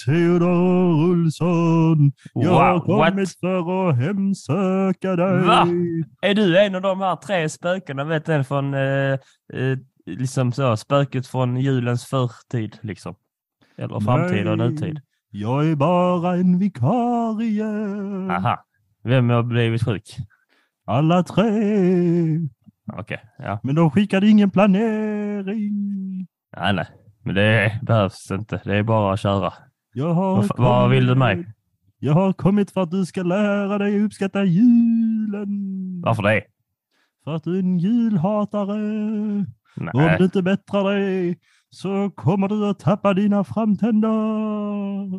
Theodor Olsson. Jag har kommit what? för att hemsöka dig. Va? Är du en av de här 3 spökena? Vet du, från liksom så, spöket från julens förtid liksom? Eller framtid och nutid? Jag är bara en vikarie. Aha. Vem har blivit sjuk? Alla 3. Okej, ja. Men de skickade ingen planering. Nej. Men det behövs inte. Det är bara att köra. Vad vill du mig? Jag har kommit för att du ska lära dig uppskatta julen. Varför det? För att du är en julhatare. Nej. Om du inte bättrar dig så kommer du att tappa dina framtänder.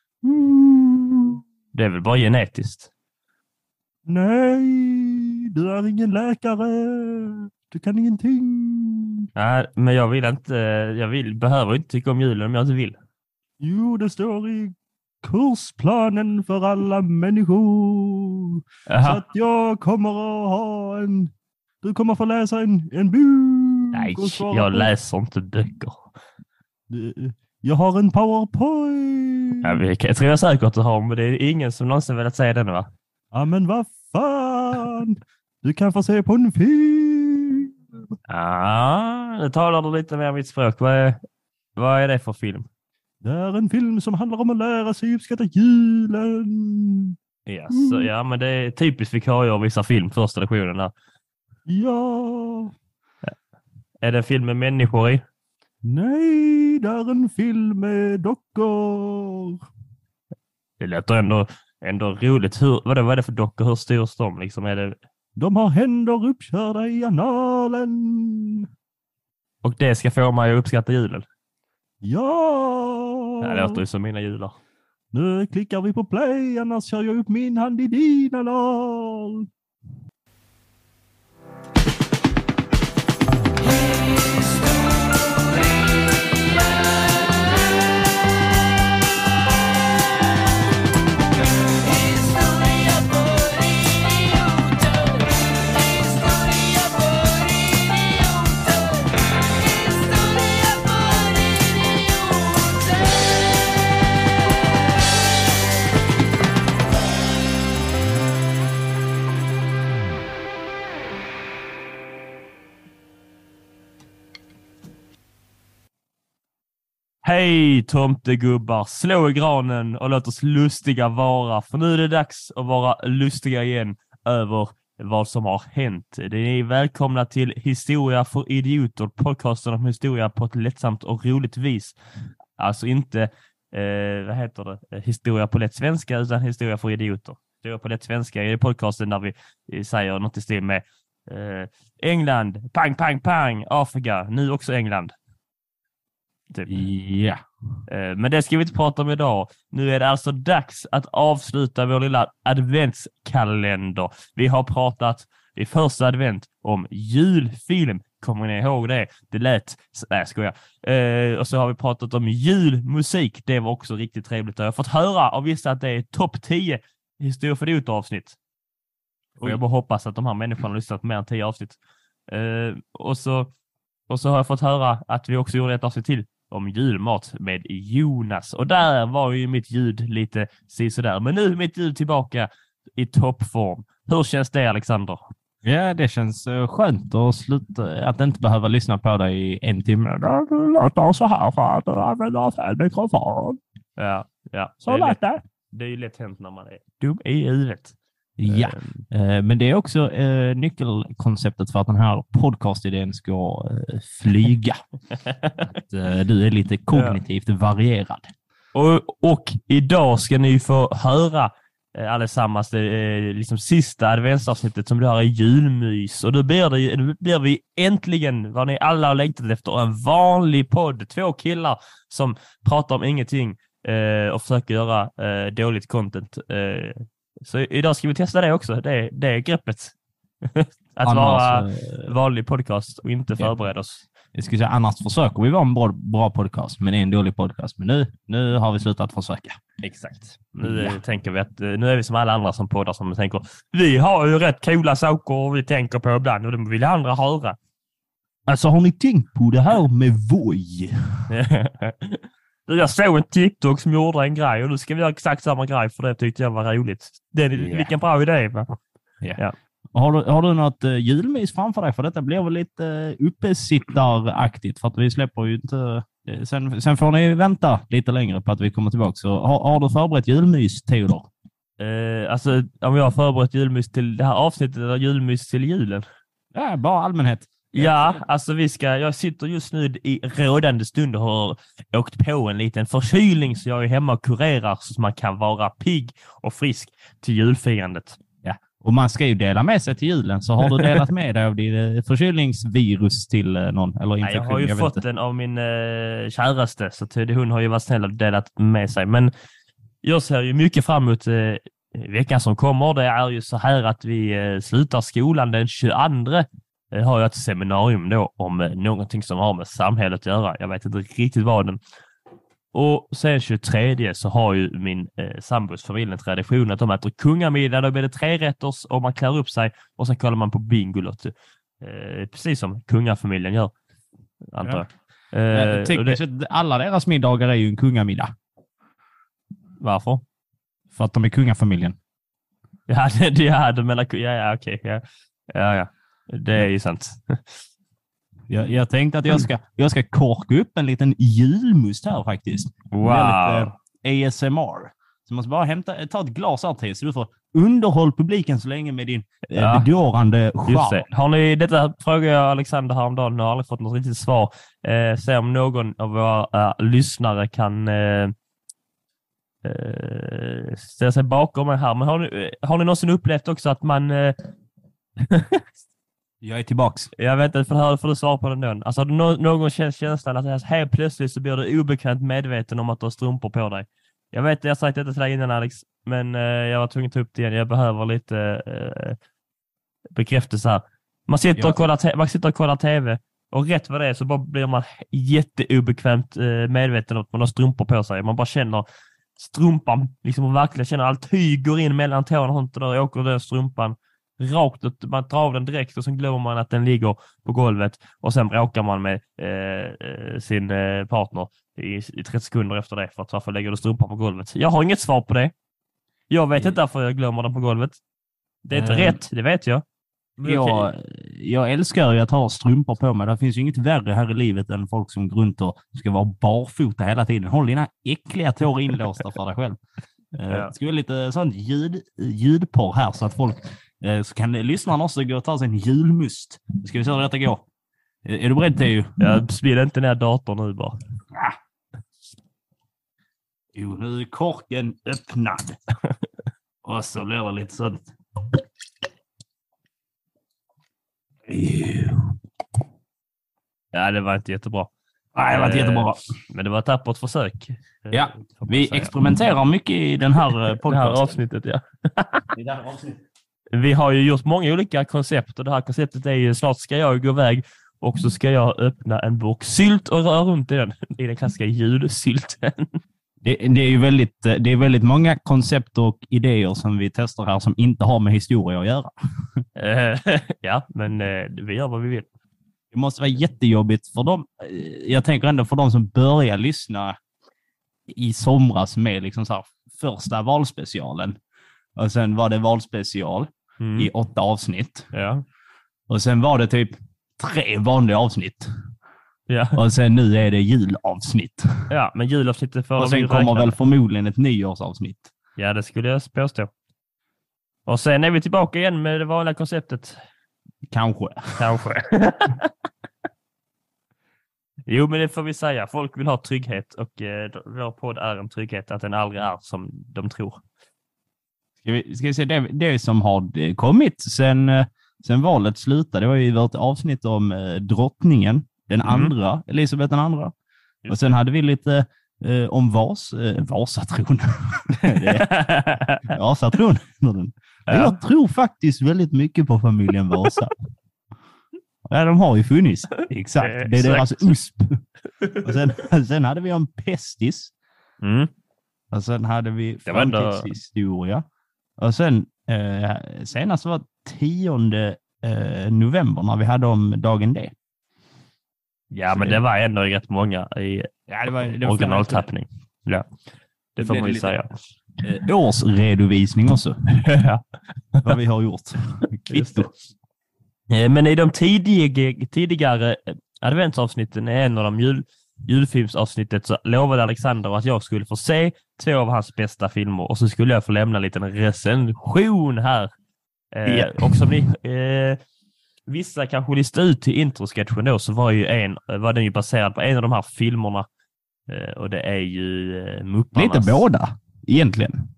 Det är väl bara genetiskt? Nej, du är ingen läkare. Du kan ingenting. Nej, men jag vill inte. Behöver inte tycka om julen om jag inte vill. Jo, det står i kursplanen för alla människor. Aha. Så att jag kommer att ha du kommer få läsa en bok. Nej, jag läser inte böcker. Jag har en PowerPoint. Jag tror jag säkert att du har, men det är ingen som någonsin velat säga det nu, va? Ja, men vad fan. Du kan få se på en film. Ja, nu talar du lite mer mitt språk. Vad är det för film? Det är en film som handlar om att lära sig uppskatta julen. Yes, ja, men det är typiskt vikarier att visa film första lektionen där. Ja. Är det en film med människor i? Nej, det är en film med dockor. Det låter ändå roligt. Vad är det för dockor? Hur styrs de? Liksom, är det... De har händer uppkörda i analen. Och det ska få mig att uppskatta julen? Ja. Det låter ju som mina jular. Nu klickar vi på play, annars kör jag upp min hand i din anal. Hej tomtegubbar, slå i granen och låt oss lustiga vara. För nu är det dags att vara lustiga igen över vad som har hänt. Ni är välkomna till Historia för idioter, podcasten om historia på ett lättsamt och roligt vis. Alltså inte, historia på lätt svenska, utan historia för idioter. Historia på lätt svenska är podcasten där vi säger något i stil med England, pang, pang, pang, Afrika, nu också England. Typ. Ja. Men det ska vi inte prata om idag. Nu är det alltså dags att avsluta vår lilla adventskalender. Vi har pratat i första advent om julfilm. Kommer ni ihåg det? Det lät... Nej, jag skojar. Och så har vi pratat om julmusik. Det var också riktigt trevligt. Jag har fått höra och vissa att det är topp 10 historia för det avsnitt. Och jag bara hoppas att de här människorna har lyssnat på mer än 10 avsnitt. Och så har jag fått höra att vi också gjorde ett avsnitt till om julmat med Jonas. Och där var ju mitt ljud lite sådär. Men nu är mitt ljud tillbaka i toppform. Hur känns det, Alexander? Ja, det känns skönt att sluta, att inte behöva lyssna på dig i en timme. Det låter så här för att du använder fel mikrofon. Ja. Så lät det. Det är ju lätt hänt när man är dum i huvudet. Ja, men det är också nyckelkonceptet för att den här podcastidén ska flyga. Att, du är lite kognitivt varierad. Och idag ska ni få höra allesammans det liksom sista adventsavsnittet som det här är julmys. Och då blir vi äntligen, vad ni alla har längtat efter, en vanlig podd. 2 killar som pratar om ingenting och försöker göra dåligt content. Så idag ska vi testa det också. Det är greppet. Att vara vanlig podcast och inte förbereda oss. Jag skulle säga, annars försöker vi vara en bra podcast, men det är en dålig podcast. Men nu har vi slutat försöka. Exakt. Nu tänker vi att nu är vi som alla andra som poddar som tänker, vi har ju rätt coola saker vi tänker på ibland och det vill andra höra. Alltså, har ni tänkt på det här med Voi? Jag såg en TikTok som gjorde en grej och nu ska vi göra exakt samma grej för det tyckte jag var roligt. Vilken bra idé, va? Ja. Har du något julmys framför dig? För detta blir väl lite uppesittaraktigt för att vi släpper ju inte... Sen får ni vänta lite längre på att vi kommer tillbaka. Så har du förberett julmys, Theodor? Alltså, om jag har förberett julmys till det här avsnittet eller julmys till julen? Ja, bara allmänhet. Ja, alltså jag sitter just nu i rådande stund och har åkt på en liten förkylning så jag är hemma och kurerar så att man kan vara pigg och frisk till julfirandet. Ja, och man ska ju dela med sig till julen, så har du delat med dig av din förkylningsvirus till någon? Eller infektion? Jag har ju fått den av min käraste, så hon har ju varit snäll och delat med sig. Men jag ser ju mycket fram emot veckan som kommer. Det är ju så här att vi slutar skolan den 22. Har jag ett seminarium då om någonting som har med samhället att göra. Jag vet inte riktigt vad den. Och sen 23 så har ju min sambos familj en tradition att de äter kungamiddag. Då blir det 3-rätters och man klär upp sig och sen kollar man på Bingolott. Precis som kungafamiljen gör, antar jag. Jag tycker alla deras middagar är ju en kungamiddag. Varför? För att de är kungafamiljen. Ja, det menar... Ja, okej. Ja. Det är ju sant. Jag tänkte att jag ska korka upp en liten julmust här faktiskt. Wow. Lite ASMR. Så jag måste bara ta ett glas här till så du får underhåll publiken så länge med din bedårande charm. Har ni detta, frågar jag Alexander häromdagen, jag har aldrig fått något riktigt svar. Se om någon av våra lyssnare kan ställa sig bakom mig här. Men har ni någonsin upplevt också att man... Jag är tillbaks. Jag vet inte, för du svara på den då. Alltså, någon känns känslan att helt plötsligt så blir du obekvämt medveten om att du har strumpor på dig. Jag vet, jag har sagt detta till dig innan, Alex, men jag var tvungen att ta upp det igen. Jag behöver lite bekräftelse här. Man sitter och kollar tv och rätt vad det är så bara blir man jätteobekvämt medveten om att man har strumpor på sig. Man bara känner strumpan, liksom, och verkligen känner allt tyg går in mellan tårna och inte där åker den strumpan rakt ut, man drar av den direkt och sen glömmer man att den ligger på golvet och sen bråkar man med sin partner i 30 sekunder efter det för att varför lägger du strumpan på golvet. Jag har inget svar på det. Jag vet inte varför jag glömmer den på golvet. Det är inte rätt, det vet jag. Jag älskar ju att ha strumpor på mig. Det finns ju inget värre här i livet än folk som går runt och ska vara barfota hela tiden. Håll dina äckliga tår inlåsta för dig själv. Det ska vara lite sånt ljudporr här så att folk så kan lyssnarna också gå och ta sig en julmust. Ska vi se hur detta går. Är du beredd, Theo? Jag spelar inte ner datorn nu bara. Ja. Jo, nu är korken öppnad. Och så blir det lite sånt. Ja, det var inte jättebra. Nej, det var inte jättebra. Men det var ett tappert försök. Ja, vi experimenterar mycket i den här podcasten. Det här avsnittet, ja. I det här avsnittet. Vi har ju gjort många olika koncept och det här konceptet är ju snart ska jag gå iväg och så ska jag öppna en burk sylt och röra runt i den klassiska julsylten. Det är väldigt många koncept och idéer som vi testar här som inte har med historia att göra. Ja, men vi gör vad vi vill. Det måste vara jättejobbigt för dem. Jag tänker ändå för dem som börjar lyssna i somras med liksom så här första valspecialen. Och sen var det valspecial i 8 avsnitt. Ja. Och sen var det typ 3 vanliga avsnitt. Ja. Och sen nu är det julavsnitt. Ja, men julavsnittet för... Och sen kommer väl förmodligen ett nyårsavsnitt. Ja, det skulle jag påstå. Och sen är vi tillbaka igen med det vanliga konceptet. Kanske. Jo, men det får vi säga. Folk vill ha trygghet och vår podd är en trygghet att den aldrig är som de tror. Ska vi se, det som har kommit sen valet slutade, det var ju vårt avsnitt om drottningen, den andra, Elisabeth den andra. Och sen hade vi lite om Vasatron. Vasatron. Jag tror faktiskt väldigt mycket på familjen Vasa. Ja, de har ju funnits. Exakt. Det är deras USP. Och sen hade vi om Pestis. Och sen hade vi framtidshistoria. Och sen senast var 10 november när vi hade om dagen D. Ja, Så men det var ändå rätt många i originaltappning. Ja, det får man ju säga. Årsredovisning också. Ja. Vad vi har gjort. Kvitto. Men i de tidigare adventsavsnitten, är en av de julfilmsavsnittet, så lovade Alexander att jag skulle få se 2 av hans bästa filmer och så skulle jag få lämna en liten recension här. Och som ni vissa kanske listade ut till introsketchen då, så var den ju baserad på en av de här filmerna, och det är ju Mupparnas. Lite båda, egentligen.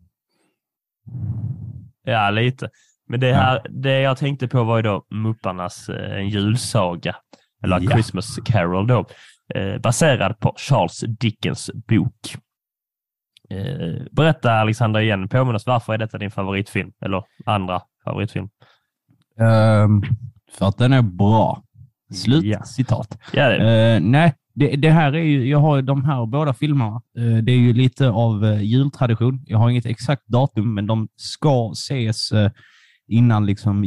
Ja, lite. Men det jag tänkte på var ju då Mupparnas en julsaga, eller Christmas Carol då, baserad på Charles Dickens bok. Berätta, Alexander, igen. Påminner oss, varför är detta din favoritfilm? Eller andra favoritfilm? För att den är bra. Citat. Ja, nej, det här är ju, jag har de här båda filmerna. Det är ju lite av jultradition. Jag har inget exakt datum, men de ska ses innan liksom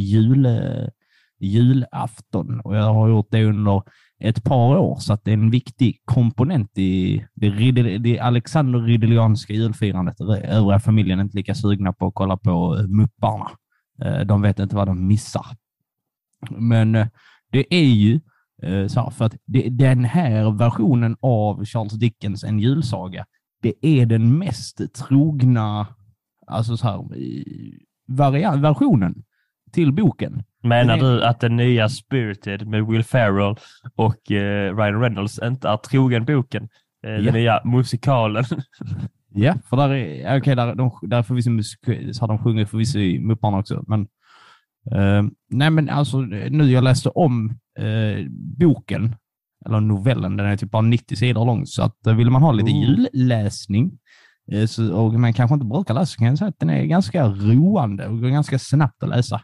julafton. Och jag har gjort det under ett par år, så att det är en viktig komponent i det Alexander Ridelianska julfirandet. Övriga familjen är inte lika sugna på att kolla på Mupparna. De vet inte vad de missar. Men det är ju så här, för att den här versionen av Charles Dickens En julsaga, det är den mest trogna, alltså så här, versionen till boken. Menar du att den nya Spirited med Will Ferrell och Ryan Reynolds inte är trogen boken? Den nya musikalen. Ja, för där förvisso har de sjungit förvisso i Mupparna också. Men nej, men alltså nu jag läste om boken, eller novellen, den är typ bara 90 sidor lång, så att vill man ha lite julläsning och man kanske inte brukar läsa, så kan jag säga att den är ganska roande och går ganska snabbt att läsa.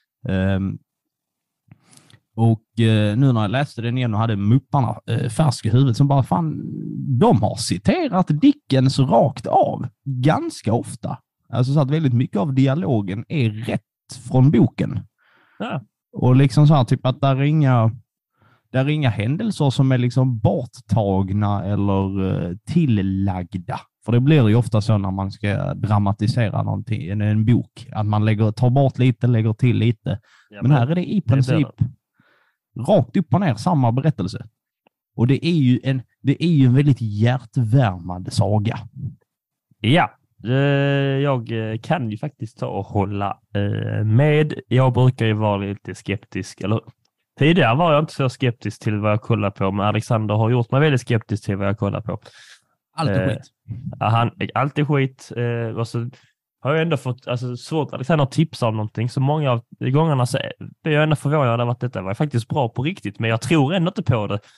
Och nu när jag läste den igen och hade Mupparna färsk i huvudet, som bara de har citerat Dickens rakt av ganska ofta. Alltså så att väldigt mycket av dialogen är rätt från boken. Ja. Och liksom så här, typ att där är inga händelser som är liksom borttagna eller tillagda. För det blir ju ofta så när man ska dramatisera någonting, en bok, att man tar bort lite, lägger till lite. Ja, men här är det i princip rakt upp och ner samma berättelse. Och det är ju en väldigt hjärtvärmande saga. Ja, jag kan ju faktiskt ta och hålla med. Jag brukar ju vara lite skeptisk, eller tidigare var jag inte så skeptisk till vad jag kollar på, men Alexander har gjort mig väldigt skeptisk till vad jag kollar på. Alltid skit. Alltid skit. Och så har jag ändå fått svårt Alexander tipsa om någonting, så många av gångerna så är jag ändå förvånad över att detta var faktiskt bra på riktigt, men jag tror ändå inte på det.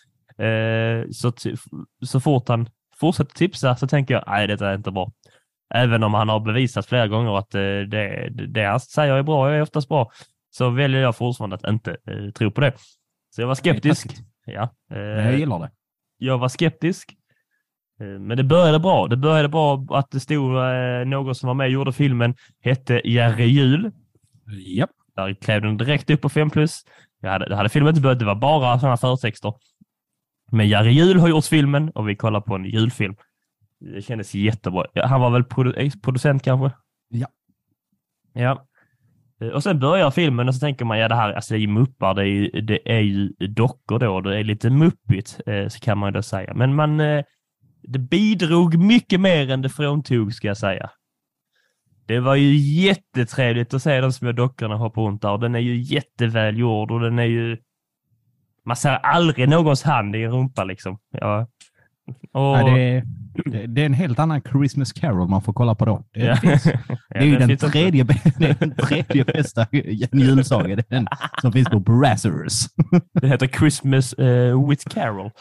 Så fort han fortsätter tipsa så tänker jag, nej, detta är inte bra. Även om han har bevisat flera gånger att det han säger är bra, jag är oftast bra, så väljer jag fortfarande att inte tro på det. Så jag var skeptisk. Ja, jag gillar det. Jag var skeptisk. Men det började bra. Det började bra att det stod någon som var med och gjorde filmen, hette Jerry Jul. Japp. Där klev den direkt upp på 5+. Det hade filmen inte börjat, det var bara sådana förtexter. Men Jerry Jul har gjort filmen och vi kollar på en julfilm. Det kändes jättebra. Han var väl producent kanske? Ja. Ja. Och sen börjar filmen och så tänker man, det här, alltså det är ju muppar, det är ju dockor då, det är lite muppigt, så kan man då säga. Men det bidrog mycket mer än det fråntog, ska jag säga. Det var ju jättetrevligt att se de små dockorna hoppa runt där. Den är ju jättevälgjord och den är ju... Man ser aldrig någons hand i en rumpa liksom. Ja. Och... det är en helt annan Christmas Carol man får kolla på då. Det är ju den tredje bästa julsaga. Det är den som finns på Brazzers. Det heter Christmas with Carol.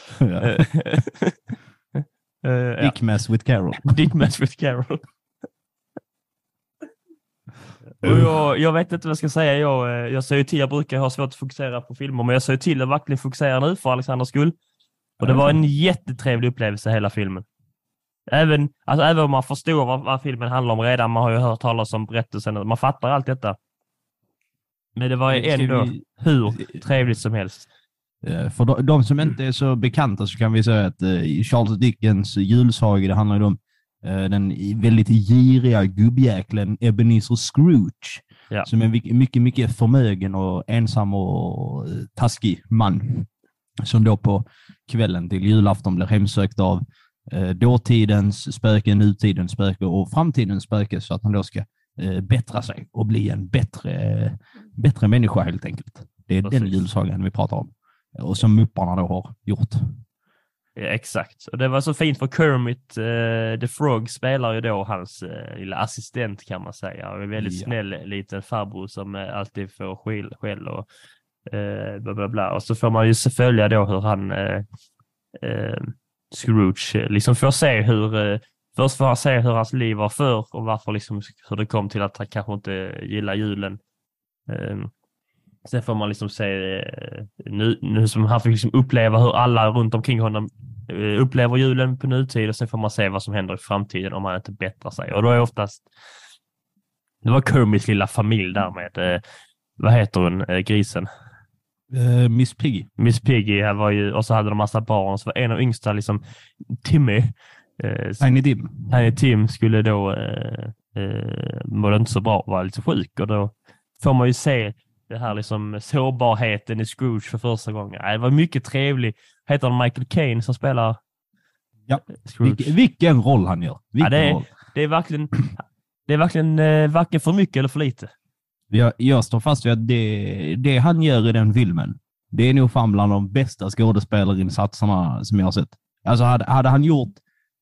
Dickmas with Carol. Dickmas with Carol. Och jag vet inte vad jag ska säga. Jag säger till, jag brukar ha svårt att fokusera på filmer, men jag säger till att verkligen fokusera nu för Alexanders skull. Och det var en jättetrevlig upplevelse hela filmen. Även om man förstår vad filmen handlar om redan, man har ju hört talas om berättelsen, man fattar allt detta. Men det var ändå hur trevligt som helst. För de som inte är så bekanta så kan vi säga att Charles Dickens julsaga, det handlar ju om den väldigt giriga gubbjäklen Ebenezer Scrooge, som är mycket, mycket förmögen och ensam och taskig man, som då på kvällen till julafton blir hemsökt av dåtidens spöke, nutidens spöke och framtidens spöke, så att han då ska bättra sig och bli en bättre människa helt enkelt. Det är den julsagan vi pratar om. Och som Mupparna då har gjort. Ja, exakt. Och det var så fint för Kermit the Frog spelar ju då hans lilla assistent, kan man säga. Och en väldigt snäll liten farbror som alltid får skäll och bla bla bla. Och så får man ju följa då hur han Scrooge liksom får se hur först får han se hur hans liv var förr och varför liksom, hur det kom till att han kanske inte gillar julen. Sen får man liksom se nu som han fick liksom uppleva hur alla runt omkring honom upplever julen på nutid, och sen får man se vad som händer i framtiden om han inte bättrar sig. Och då är oftast det var Kermits lilla familj där med vad heter hon, grisen? Miss Piggy. Miss Piggy var ju, och så hade de massa barn, så var en av yngsta liksom Timmy Tiny Tim skulle då mådde inte så bra, var lite sjuk, och då får man ju se det här liksom sårbarheten i Scrooge för första gången. Det var mycket trevligt. Heter han Michael Caine som spelar Scrooge? Vilken roll han gör. Det är verkligen varken för mycket eller för lite. Jag står fast vid att det han gör i den filmen, det är nog fan bland de bästa skådespelarinsatserna som jag har sett. Alltså hade han gjort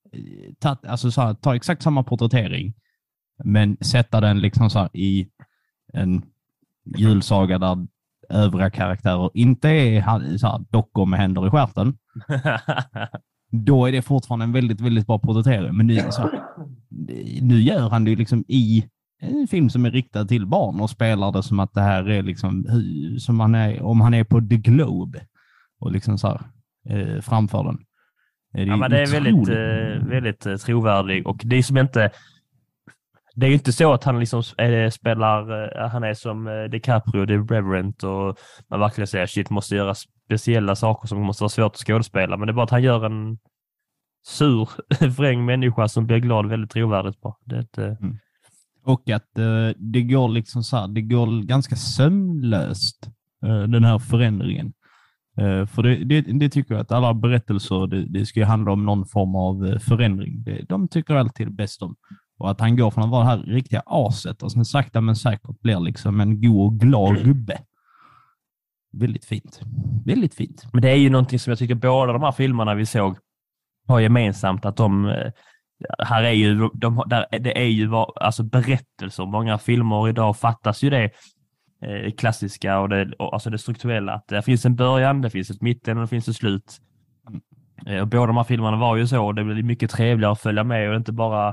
ta exakt samma porträttering, men sätta den liksom så här i en julsaga där övriga karaktärer inte är så här dockor med händer i stjärten, då är det fortfarande en väldigt, väldigt bra porträttering. Men nu gör han det liksom i en film som är riktad till barn och spelar det som att det här är liksom som om han är på The Globe och liksom så här framför den. Men det är väldigt, väldigt trovärdig, och det är som inte. Det är ju inte så att han liksom spelar, han är som DiCaprio, det är Reverend, och man verkligen säger shit, måste göra speciella saker som måste vara svårt att skådespela, men det är bara att han gör en sur, vräng människa som blir glad väldigt trovärdigt på. Och att det går liksom så här, det går ganska sömlöst, den här förändringen. För det tycker jag att alla berättelser, det ska ju handla om någon form av förändring. De tycker alltid bäst om. Och att han går från att vara det här riktiga aset och sen sakta men säkert blir liksom en god och glad gubbe. Väldigt fint. Väldigt fint. Men det är ju någonting som jag tycker båda de här filmerna vi såg har gemensamt, att här är ju det är ju alltså berättelser. Många filmer idag fattas ju det klassiska och alltså det strukturella. Att det finns en början, det finns ett mitten och det finns ett slut. Och båda de här filmerna var ju så. Det blir mycket trevligare att följa med och inte bara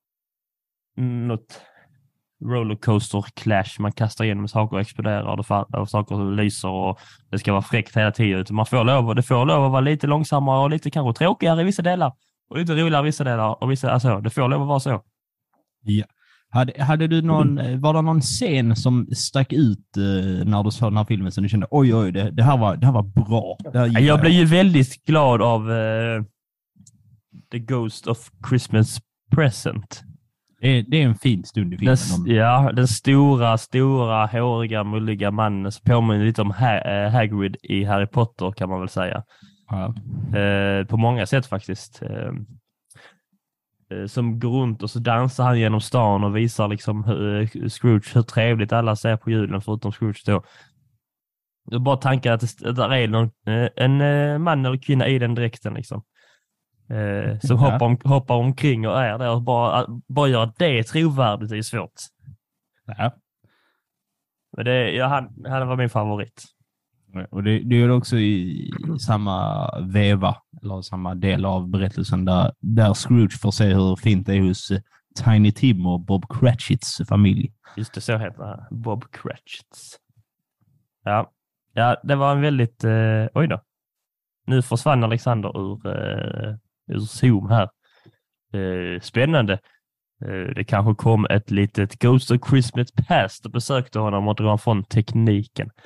något rollercoaster clash. Man kastar igenom saker och exploderar och saker lyser och det ska vara fräckt hela tiden. Det får lov att vara lite långsammare och lite kanske tråkigare i vissa delar och lite roligare i vissa delar och vissa, alltså det får lov att vara så. Ja. Hade du var det någon scen som stack ut när du såg den här filmen så du kände oj, det här var bra? Jag blev ju väldigt glad av The Ghost of Christmas Present. Det är en fin stund i filmen. Den stora, håriga, mulliga mannen som påminner lite om Hagrid i Harry Potter, kan man väl säga. Ja. På många sätt faktiskt. Som går runt och så dansar han genom stan och visar liksom Scrooge hur trevligt alla ser på julen förutom Scrooge då. Det är bara tanken att det är en man eller kvinna i den dräkten liksom. Som hoppar omkring och är där och bara gör det trovärdigt är svårt. Ja. Men han var min favorit. Och det är också i samma veva eller samma del av berättelsen där Scrooge får se hur fint det är hos Tiny Tim och Bob Cratchits familj. Just det, så heter det. Bob Cratchits. Ja, det var en väldigt oj då. Nu försvann Alexander ur Zoom här. Spännande. Det kanske kom ett litet Ghost of Christmas Past och besökte honom och drog från tekniken.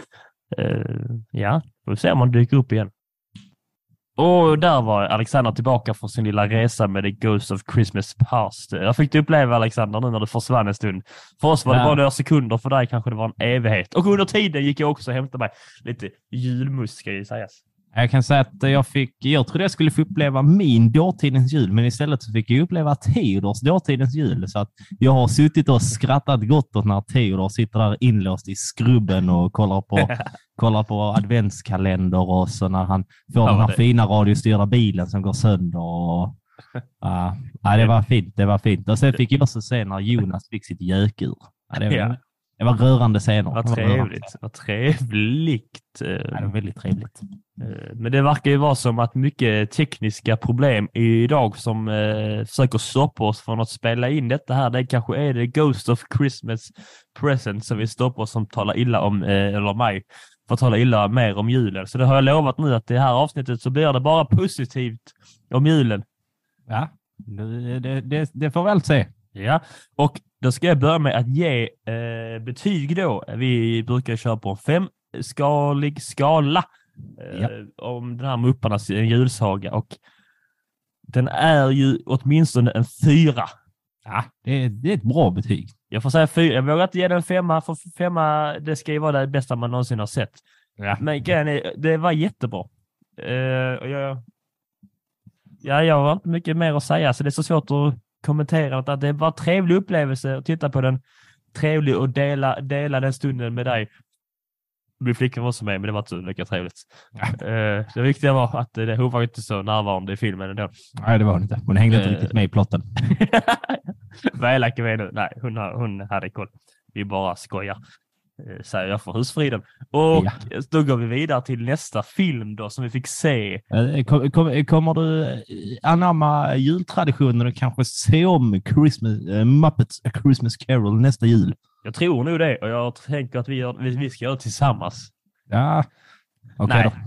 Ja, får vi se om han dyker upp igen. Och där var Alexander tillbaka från sin lilla resa med The Ghost of Christmas Past. Jag fick uppleva Alexander nu när du försvann en stund. För oss var det bara några sekunder, för dig kanske det var en evighet. Och under tiden gick jag också och hämtade mig lite julmust, ska ju sägas. Jag kan säga att jag trodde jag skulle få uppleva min dåtidens jul, men istället så fick jag uppleva Theodors dåtidens jul. Så att jag har suttit och skrattat gott åt när Theodor sitter där inlåst i skrubben och kollar på adventskalender, och så när han får den här fina radiostyrda bilen som går sönder. Och, det var fint. Och sen fick jag också se när Jonas fick sitt gökur. Det var rörande scener. Vad trevligt. Det var väldigt trevligt. Men det verkar ju vara som att mycket tekniska problem idag som försöker stoppa oss från att spela in detta här. Det kanske är det Ghost of Christmas Present som vill stoppa oss, som talar illa om, eller mig, för att tala illa mer om julen. Så det har jag lovat nu, att det här avsnittet så blir det bara positivt om julen. Ja, det får vi väl se. Ja, och då ska jag börja med att ge betyg då. Vi brukar köra på en 5-skalig skala om den här Mupparnas julsaga, och den är ju åtminstone en 4. Ja, det är ett bra betyg. Jag får säga 4. Jag vågar inte ge den en 5, för 5 det ska ju vara det bästa man någonsin har sett. Ja. Men det var jättebra. Och jag har inte mycket mer att säga, så det är så svårt att kommentera. Att det var en trevlig upplevelse att titta på den. Trevlig att dela den stunden med dig. Min flicka var som med, men det var inte lika trevligt. Det viktiga var att hon var inte så närvarande i filmen ändå. Nej, det var hon inte. Hon hängde inte riktigt med i plotten. Vad elak är vi nu? Nej, hon hade koll. Vi bara skojar. Säger jag för husfriden. Och då går vi vidare till nästa film då, som vi fick se. Kommer du anamma jultraditionen och kanske se om Muppets A Christmas Carol nästa jul? Jag tror nog det, och jag tänker att vi ska göra det tillsammans. Ja, okej då.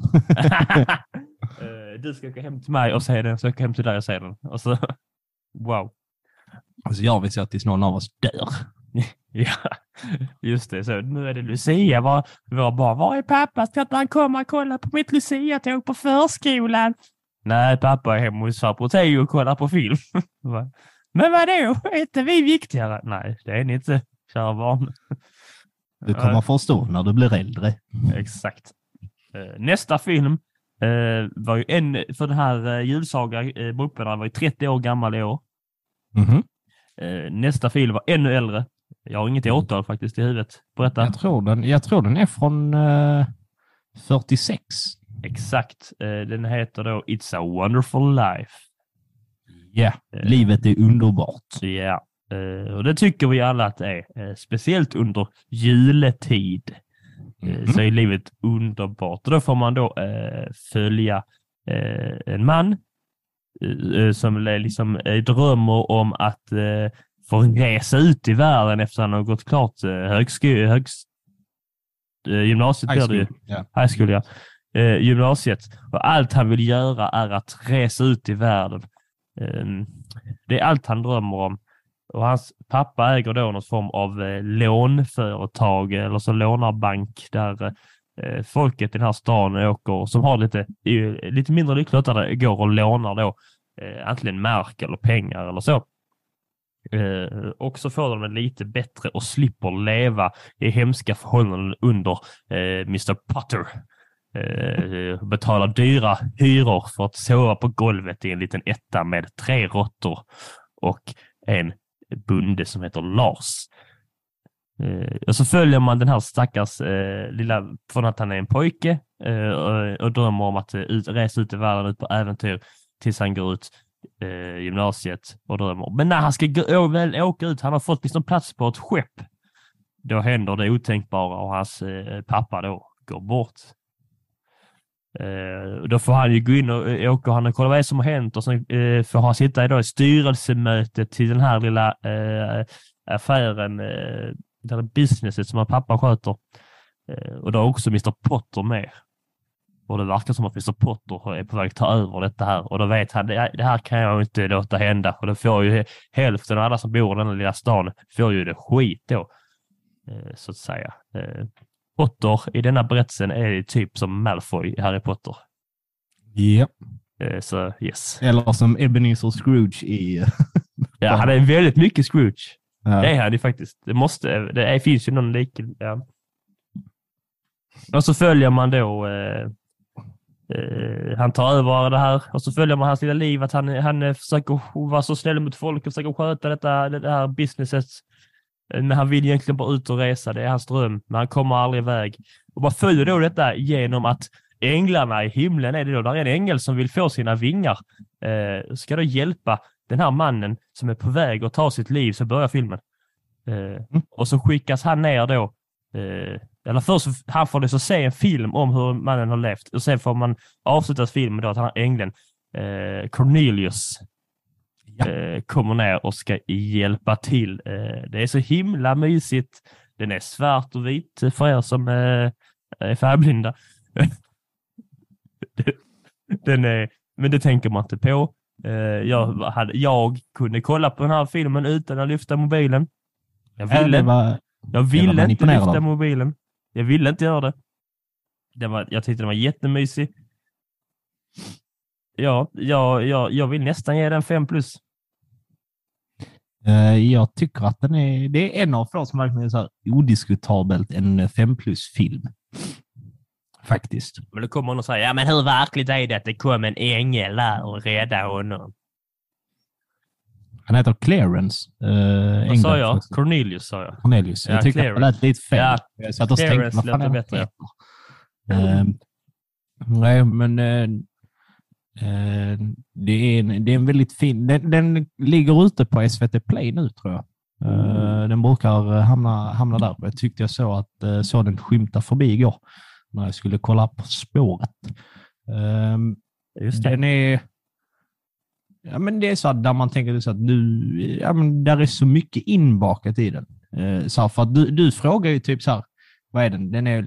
Du ska åka hem till mig och se den, så åka hem till dig och se den. Och så, wow. Och så gör vi så att tills någon av oss dör. Ja, just det. Så nu är det Lucia. Var är pappa? Ska inte han komma och kolla på mitt Lucia-tåg på förskolan? Nej, pappa är hemma hos farbror Theo och kollar på film. Men vadå? Är inte vi viktigare? Nej, det är ni inte, kära barn. Du kommer förstå när du blir äldre. Exakt. Nästa film var ju för den här julsaga, Mupparna var ju 30 år gammal i år. Mhm. Nästa film var ännu äldre. Jag har inget årtal faktiskt i huvudet. Berätta. Jag tror den är från 46. Exakt. Den heter då It's a Wonderful Life. Ja, livet är underbart. Ja, och det tycker vi alla att det är. Speciellt under juletid. Så är livet underbart. Och då får man då följa en man som liksom drömmer om att få resa ut i världen efter att han har gått klart gymnasiet. High school, ja. Gymnasiet. Och allt han vill göra är att resa ut i världen. Det är allt han drömmer om. Och hans pappa äger då någon form av lånföretag, eller så lånarbank, där folket i den här stan åker, som har lite mindre lycklottade, går och lånar då antingen mark eller pengar eller så. Och så får de det lite bättre och slipper leva i hemska förhållanden under Mr. Potter. Betalar dyra hyror för att sova på golvet i en liten etta med 3 råttor och en bonde som heter Lars. Och så följer man den här stackars lilla, från att han är en pojke och drömmer om att resa ut i världen, ut på äventyr, tills han går ut gymnasiet och drömmer. Men när han ska väl åka ut, han har fått liksom plats på ett skepp, då händer det otänkbara och hans pappa då går bort. Då får han ju gå in och åka, han och kolla vad det är som har hänt, och så får han sitta idag i styrelsemötet till den här lilla affären, det businesset som hans pappa sköter, och då är också Mr. Potter med, och det verkar som att Mr. Potter är på väg att ta över detta här, och då vet han, det här kan jag inte låta hända, och då får ju hälften av alla som bor i den lilla stan får ju det skit då, så att säga. Potter i denna berättelsen är typ som Malfoy i Harry Potter. Ja. Så yes. Eller som Ebenezer Scrooge i... Ja, han är väldigt mycket Scrooge. Ja. Det är han ju faktiskt. Finns ju någon ja. Och så följer man då han tar över det här och så följer man hans lilla liv att han försöker vara så snäll mot folk och försöker sköta det här businesset. Men han vill egentligen bara ut och resa. Det är hans dröm. Men han kommer aldrig iväg. Och bara följer då detta genom att änglarna i himlen är det då. Där är en ängel som vill få sina vingar. Ska då hjälpa den här mannen som är på väg att ta sitt liv. Så börjar filmen. Och så skickas han ner då. Eller först han får det så se en film om hur mannen har levt. Och sen får man avsluta filmen då att han har ängeln Cornelius kommer ner och ska hjälpa till. Det är så himla mysigt. Den är svart och vit för er som är färgblinda. Men det tänker man inte på. Jag kunde kolla på den här filmen utan att lyfta mobilen. Jag ville inte lyfta mobilen. Jag ville inte göra det. Jag tyckte den var jättemysig. Ja, jag vill nästan ge den 5+. Jag tycker att det är en av få som verkligen är så här odiskutabelt en 5+-film. Faktiskt. Men då kommer någon och säger, ja men hur verkligt är det att det kom en ängel där och räddade honom? Han heter Clarence. Vad sa jag? Cornelius sa jag. Cornelius. Jag tyckte att det lät lite fel. Ja, jag satt och tänkte, vad fan är det bättre? Nej, men det är en väldigt fin... Den ligger ute på SVT Play nu, tror jag. Den brukar hamna där. Jag tyckte jag såg den skymta förbi igår när jag skulle kolla på spåret. Just det. Den är... Ja, men det är så där man tänker så att där är så mycket inbakat i den. Så för att du frågar ju typ så här, vad är den? Den är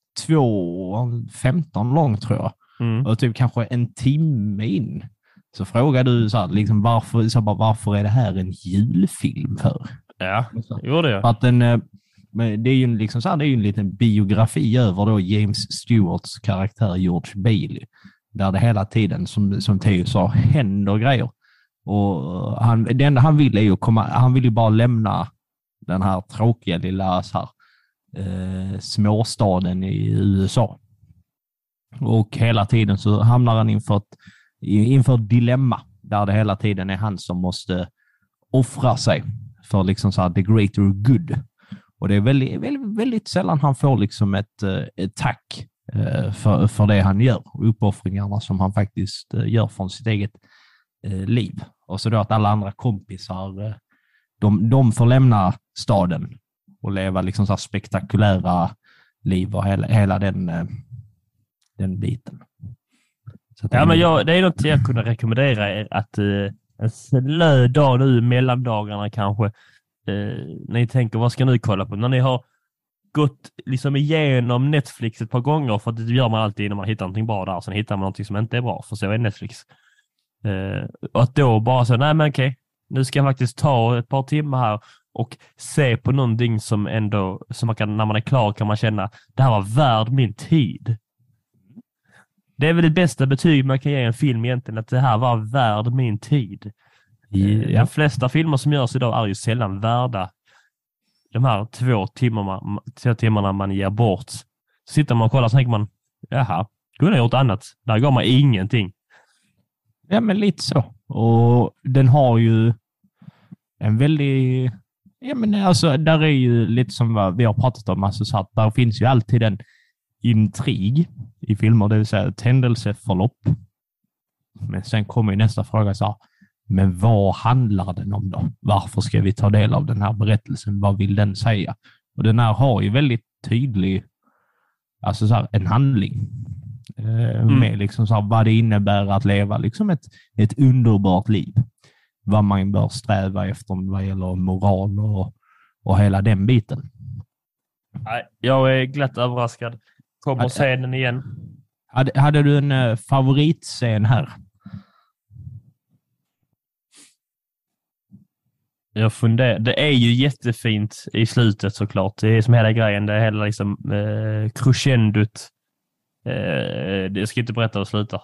2:15 lång, tror jag. Och typ kanske en timme in så frågar du så här, liksom varför är det här en julfilm för? Ja, gjorde jag. För att det är ju liksom så här, det är ju en liten biografi över då James Stewarts karaktär George Bailey. Där det hela tiden, som Theo sa, händer grejer. Och det enda han vill är ju han vill ju bara lämna den här tråkiga lilla så här, småstaden i USA. Och hela tiden så hamnar han inför ett dilemma där det hela tiden är han som måste offra sig för liksom så här, the greater good. Och det är väldigt, väldigt, väldigt sällan han får liksom ett tack för det han gör och uppoffringarna som han faktiskt gör från sitt eget liv. Och så då att alla andra kompisar de får lämna staden och leva liksom så här spektakulära liv och hela den biten. Så ja, men det är något jag kunde rekommendera er att en slö dag nu, mellandagarna kanske, när ni tänker vad ska ni kolla på? När ni har gått liksom igenom Netflix ett par gånger, för att det gör man alltid när man hittar någonting bra där, sen hittar man någonting som inte är bra, för så är Netflix. Och att då bara så, nej men okej, nu ska jag faktiskt ta ett par timmar här och se på någonting som ändå, som man kan, när man är klar kan man känna, det här var värd min tid. Det är väl det bästa betyg man kan ge en film egentligen, att det här var värd min tid. De flesta filmer som görs idag är ju sällan värda de här 2 timmarna man ger bort. Så sitter man och kollar och tänker man, jaha, kunde jag gjort annat. Där går man ingenting. Ja, men lite så. Och den har ju en väldigt... Ja, men alltså, där är ju lite som vad vi har pratat om. Alltså, så att där finns ju alltid en intrig i filmer, det vill säga ett händelseförlopp. Men sen kommer ju nästa fråga så här, men vad handlar den om då? Varför ska vi ta del av den här berättelsen? Vad vill den säga? Och den här har ju väldigt tydlig, alltså så här, en handling. Med liksom så här, vad det innebär att leva liksom ett underbart liv. Vad man bör sträva efter vad gäller moral och hela den biten. Nej, jag är glatt överraskad. Kommer se den igen. Hade du en favoritscen här? Jag funderar. Det är ju jättefint i slutet såklart. Det är som hela grejen. Det är hela liksom crescendot. Jag ska inte berätta hur det slutar.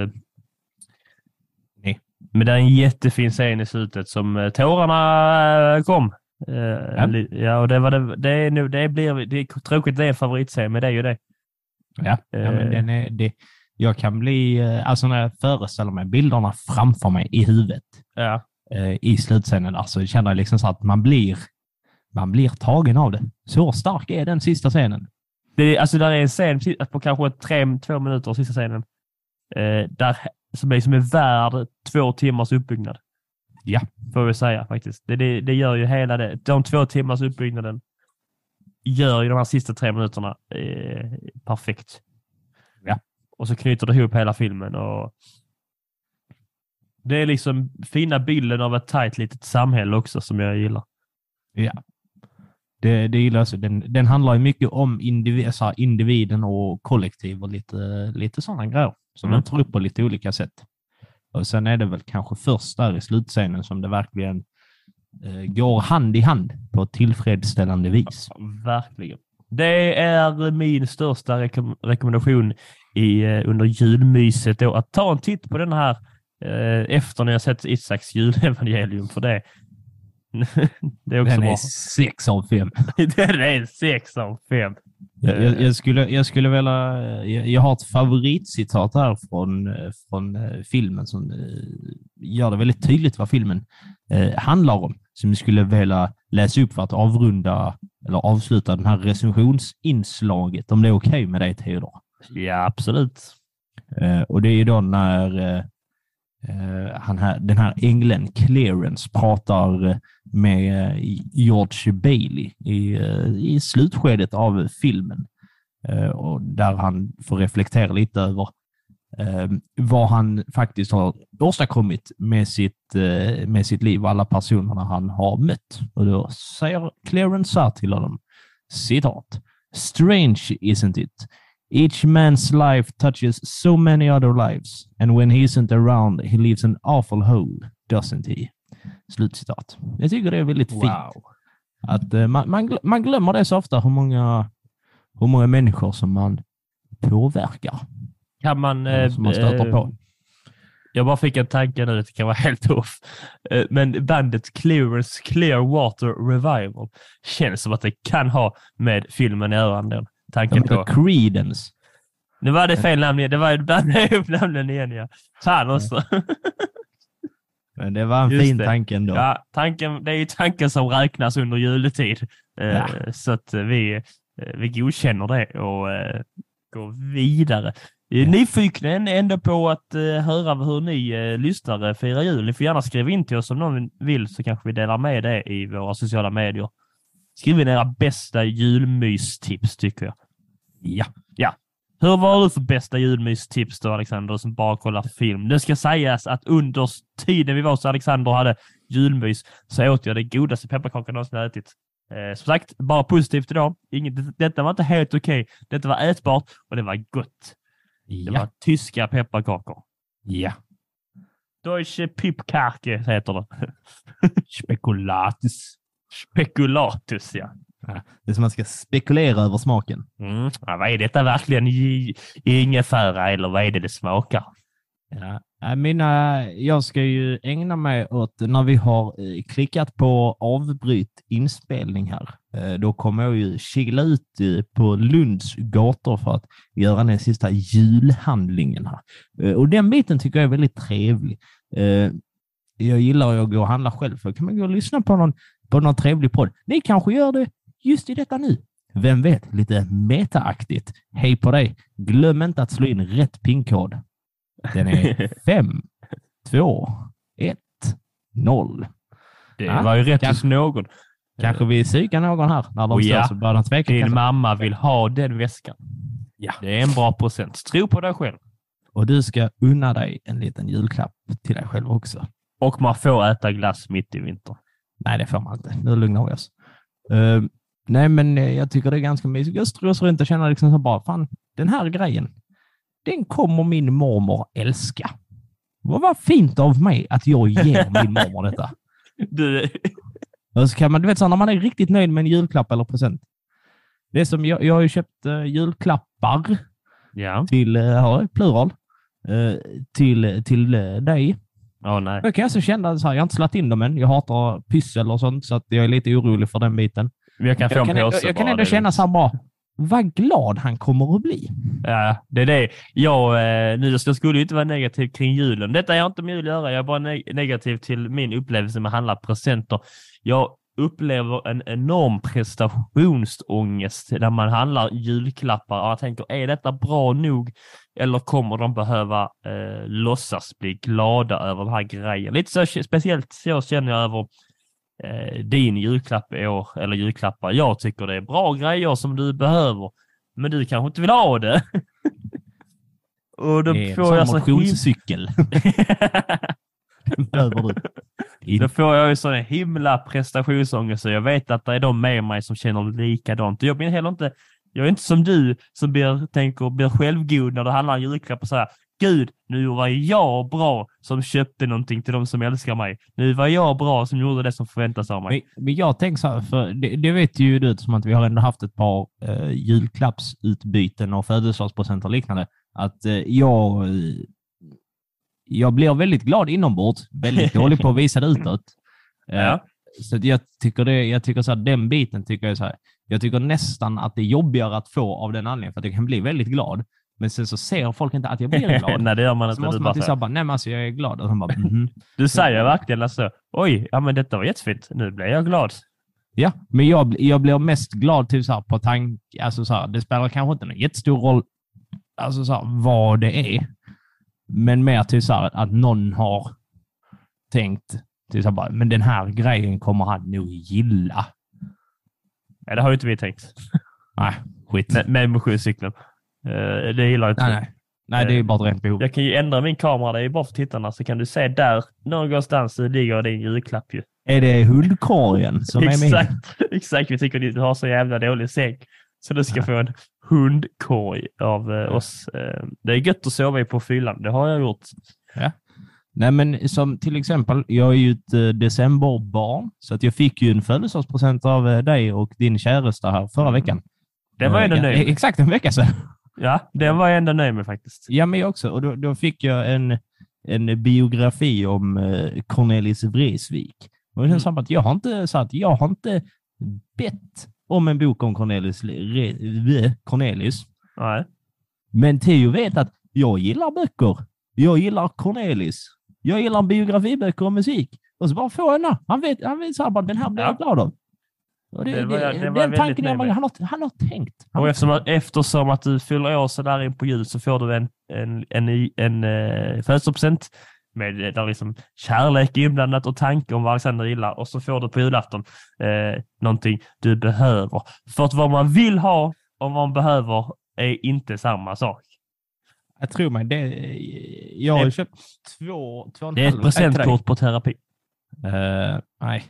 Nej. Men det är en jättefin scen i slutet som tårarna kom. Ja, och det är tråkigt, det är en favoritscen, men det är ju det. Ja, men jag kan bli, alltså när jag föreställer mig bilderna framför mig i huvudet i slutscenen, alltså känner jag liksom så att man blir tagen av det. Så stark är den sista scenen. Alltså där är en scen på kanske 2 minuter, sista scenen, där som är värd 2 timmars uppbyggnad. Ja. Får vi säga faktiskt. Det gör ju hela det. De 2 timmars uppbyggnaden gör ju de här sista 3 minuterna perfekt. Ja. Och så knyter det ihop hela filmen. Och det är liksom fina bilden av ett tajt litet samhälle också som jag gillar. Ja. Det gillar jag. Den handlar ju mycket om individen och kollektiv och lite sådana grejer som den tar upp på lite olika sätt. Och sen är det väl kanske först där i slutscenen som det verkligen går hand i hand på ett tillfredsställande vis. Ja, verkligen. Det är min största rekommendation under julmyset då, att ta en titt på den här efter när jag sett Isaks julevangelium, för det. Det är också den bra. är 6 av 5. Den är 6 av 5. Jag skulle vilja... Jag har ett favoritcitat här från filmen som gör det väldigt tydligt vad filmen handlar om. Som jag skulle vilja läsa upp för att avsluta den här recensionsinslaget. Om det är okej med dig, Theodor? Ja, absolut. Och det är ju då när den här ängeln Clarence pratar med George Bailey i slutskedet av filmen. Och där han får reflektera lite över vad han faktiskt har åstadkommit med sitt liv och alla personerna han har mött. Och då säger Clarence så här till honom, citat: "Strange, isn't it? Each man's life touches so many other lives, and when he isn't around, he leaves an awful hole, doesn't he?" Slutcitat. Jag tycker det är väldigt fint. Att man glömmer det så ofta, hur många människor som man påverkar. Kan man, som man stöter på. Jag bara fick en tanke nu, det kan vara helt off. Men bandet Clearance Clearwater Revival känns som att det kan ha med filmen i öronen. Tanken på Creedence. Nu var det fel namn. Det var ju namnen igen, ja. Fan också. Men det var en fin tanke ändå. Ja, det är ju tanken som räknas under juletid. Så att vi godkänner det och går vidare. Nyfikna ändå på att höra hur ni lyssnare firar jul. Ni får gärna skriva in till oss om någon vill, så kanske vi delar med det i våra sociala medier. Skriv in era bästa julmystips, tycker jag. Ja. Hur var du för bästa julmystips då, Alexander, som bara kollar film? Det ska sägas att under tiden vi var så Alexander hade julmys så åt jag det godaste pepparkakan någonsin jag ätit. Som sagt, bara positivt idag. Detta var inte helt okej. Detta var ätbart och det var gott. Det var tyska pepparkakor. Ja. Deutsche Pipkake heter det. Spekulatus, ja. Det är som man ska spekulera över smaken. Ja, vad är detta verkligen? Ingefära, eller vad är det smakar? Ja. Jag ska ju ägna mig åt, när vi har klickat på avbryt inspelning här, då kommer jag ju kila ut på Lunds gator för att göra den sista julhandlingen här. Och den biten tycker jag är väldigt trevlig. Jag gillar att gå och handla själv, för kan man gå och lyssna på någon trevlig podd. Ni kanske gör det just i detta nu. Vem vet, lite metaaktigt. Hej på dig. Glöm inte att slå in rätt pinkod. Den är 5, 2, 1, 0. Det var ju rätt hos någon. Kanske vi psykar någon här. När de står så bör de tveka. Din mamma vill ha den väskan. Ja. Det är en bra procent. Tro på dig själv. Och du ska unna dig en liten julklapp till dig själv också. Och man får äta glass mitt i vinter. Nej, det får man inte. Nu lugnar vi oss. Nej, men jag tycker det är ganska mysigt. Jag strösar runt och känner liksom så bara, fan, den här grejen, den kommer min mormor älska. Vad fint av mig att jag ger min mormor detta. Du, Och så kan man, du vet så när man är riktigt nöjd med en julklapp eller present. Det är som jag har ju köpt julklappar till plural till dig. Nej. Då kan jag så känna så här, jag har inte slagit in dem än. Jag hatar pyssel och sånt så att jag är lite orolig för den biten. Jag kan ändå känna så här bara, vad glad han kommer att bli. Ja, det är det. Jag skulle ju inte vara negativ kring julen. Detta är inte med jul att göra. Jag är bara negativ till min upplevelse med att handla presenter. Jag upplever en enorm prestationsångest när man handlar julklappar. Och jag tänker, är detta bra nog? Eller kommer de behöva låtsas bli glada över den här grejen? Lite så speciellt så känner jag över din julklapp i år, eller julklappar. Jag tycker det är bra grejer som du behöver, men du kanske inte vill ha det. Och då får jag motionscykel. Då får jag ju sån himla prestationsångest, så jag vet att det är de med mig som känner likadant. Jag är inte som du som blir självgod när det handlar om julklapp och säger, Gud, nu var jag bra som köpte någonting till de som älskar mig. Nu var jag bra som gjorde det som förväntas av mig. Men jag tänker så här, för det vet ju du som att vi har ändå haft ett par julklappsutbyten och födelsedagspresenter och liknande. Att jag blir väldigt glad inombords, väldigt dålig på att visa det utåt. Ja. Så jag tycker så här, den biten tycker jag så här, jag tycker nästan att det är jobbigare att få av den anledningen, för att jag kan bli väldigt glad. Men sen så ser folk inte att jag blir glad. Nej, det gör man inte. Så måste man säga bara, nej men alltså jag är glad. Och bara, Du säger verkligen alltså, oj, ja men detta var jättefint. Nu blir jag glad. Ja, men jag blir mest glad till så här, på tanke, alltså så här, det spelar kanske inte någon jättestor roll alltså så här, vad det är. Men mer till så här, att någon har tänkt till så här, bara, men den här grejen kommer han nog gilla. Ja, det har ju inte vi tänkt. Nej, skit. Med motionscykeln. Det gillar jag inte. Nej, det är ju bara ett rent behov. Jag kan ju ändra min kamera, det är ju bara för tittarna, så kan du se där någonstans ligger din julklapp ju. Är det hundkorgen som är med? Exakt, vi tycker att du har så jävla dålig säng. Så du ska få en hundkorg av oss. Det är gött att sova i på fyllan, det har jag gjort. Ja. Nej, men som till exempel, jag är ju ett decemberbarn, så att jag fick ju en födelsedagspresent av dig och din käresta här förra veckan. Det var ändå nöjd med. Exakt en vecka sedan. Ja, det var jag ändå nöjd med faktiskt. Ja, men jag också. Och då fick jag en biografi om Cornelis Vreeswijk. Och det är samma att jag har inte bett om en bok om Cornelis. Nej. Men Theo vet att jag gillar böcker. Jag gillar Cornelis. Jag gillar biografiböcker och musik. Och så bara får jag den. Han vet så här, bara, den här blir jag glad av. Och det var den tanken han har tänkt. Och eftersom att du fyller år så där in på jul, så får du en födelsedagspresent med där liksom kärlek inblandat och tanke om vad Alexander gillar. Och så får du på julafton någonting du behöver. För att vad man vill ha och vad man behöver är inte samma sak. Jag tror mig, jag har köpt två det är ett presentkort på terapi. Nej.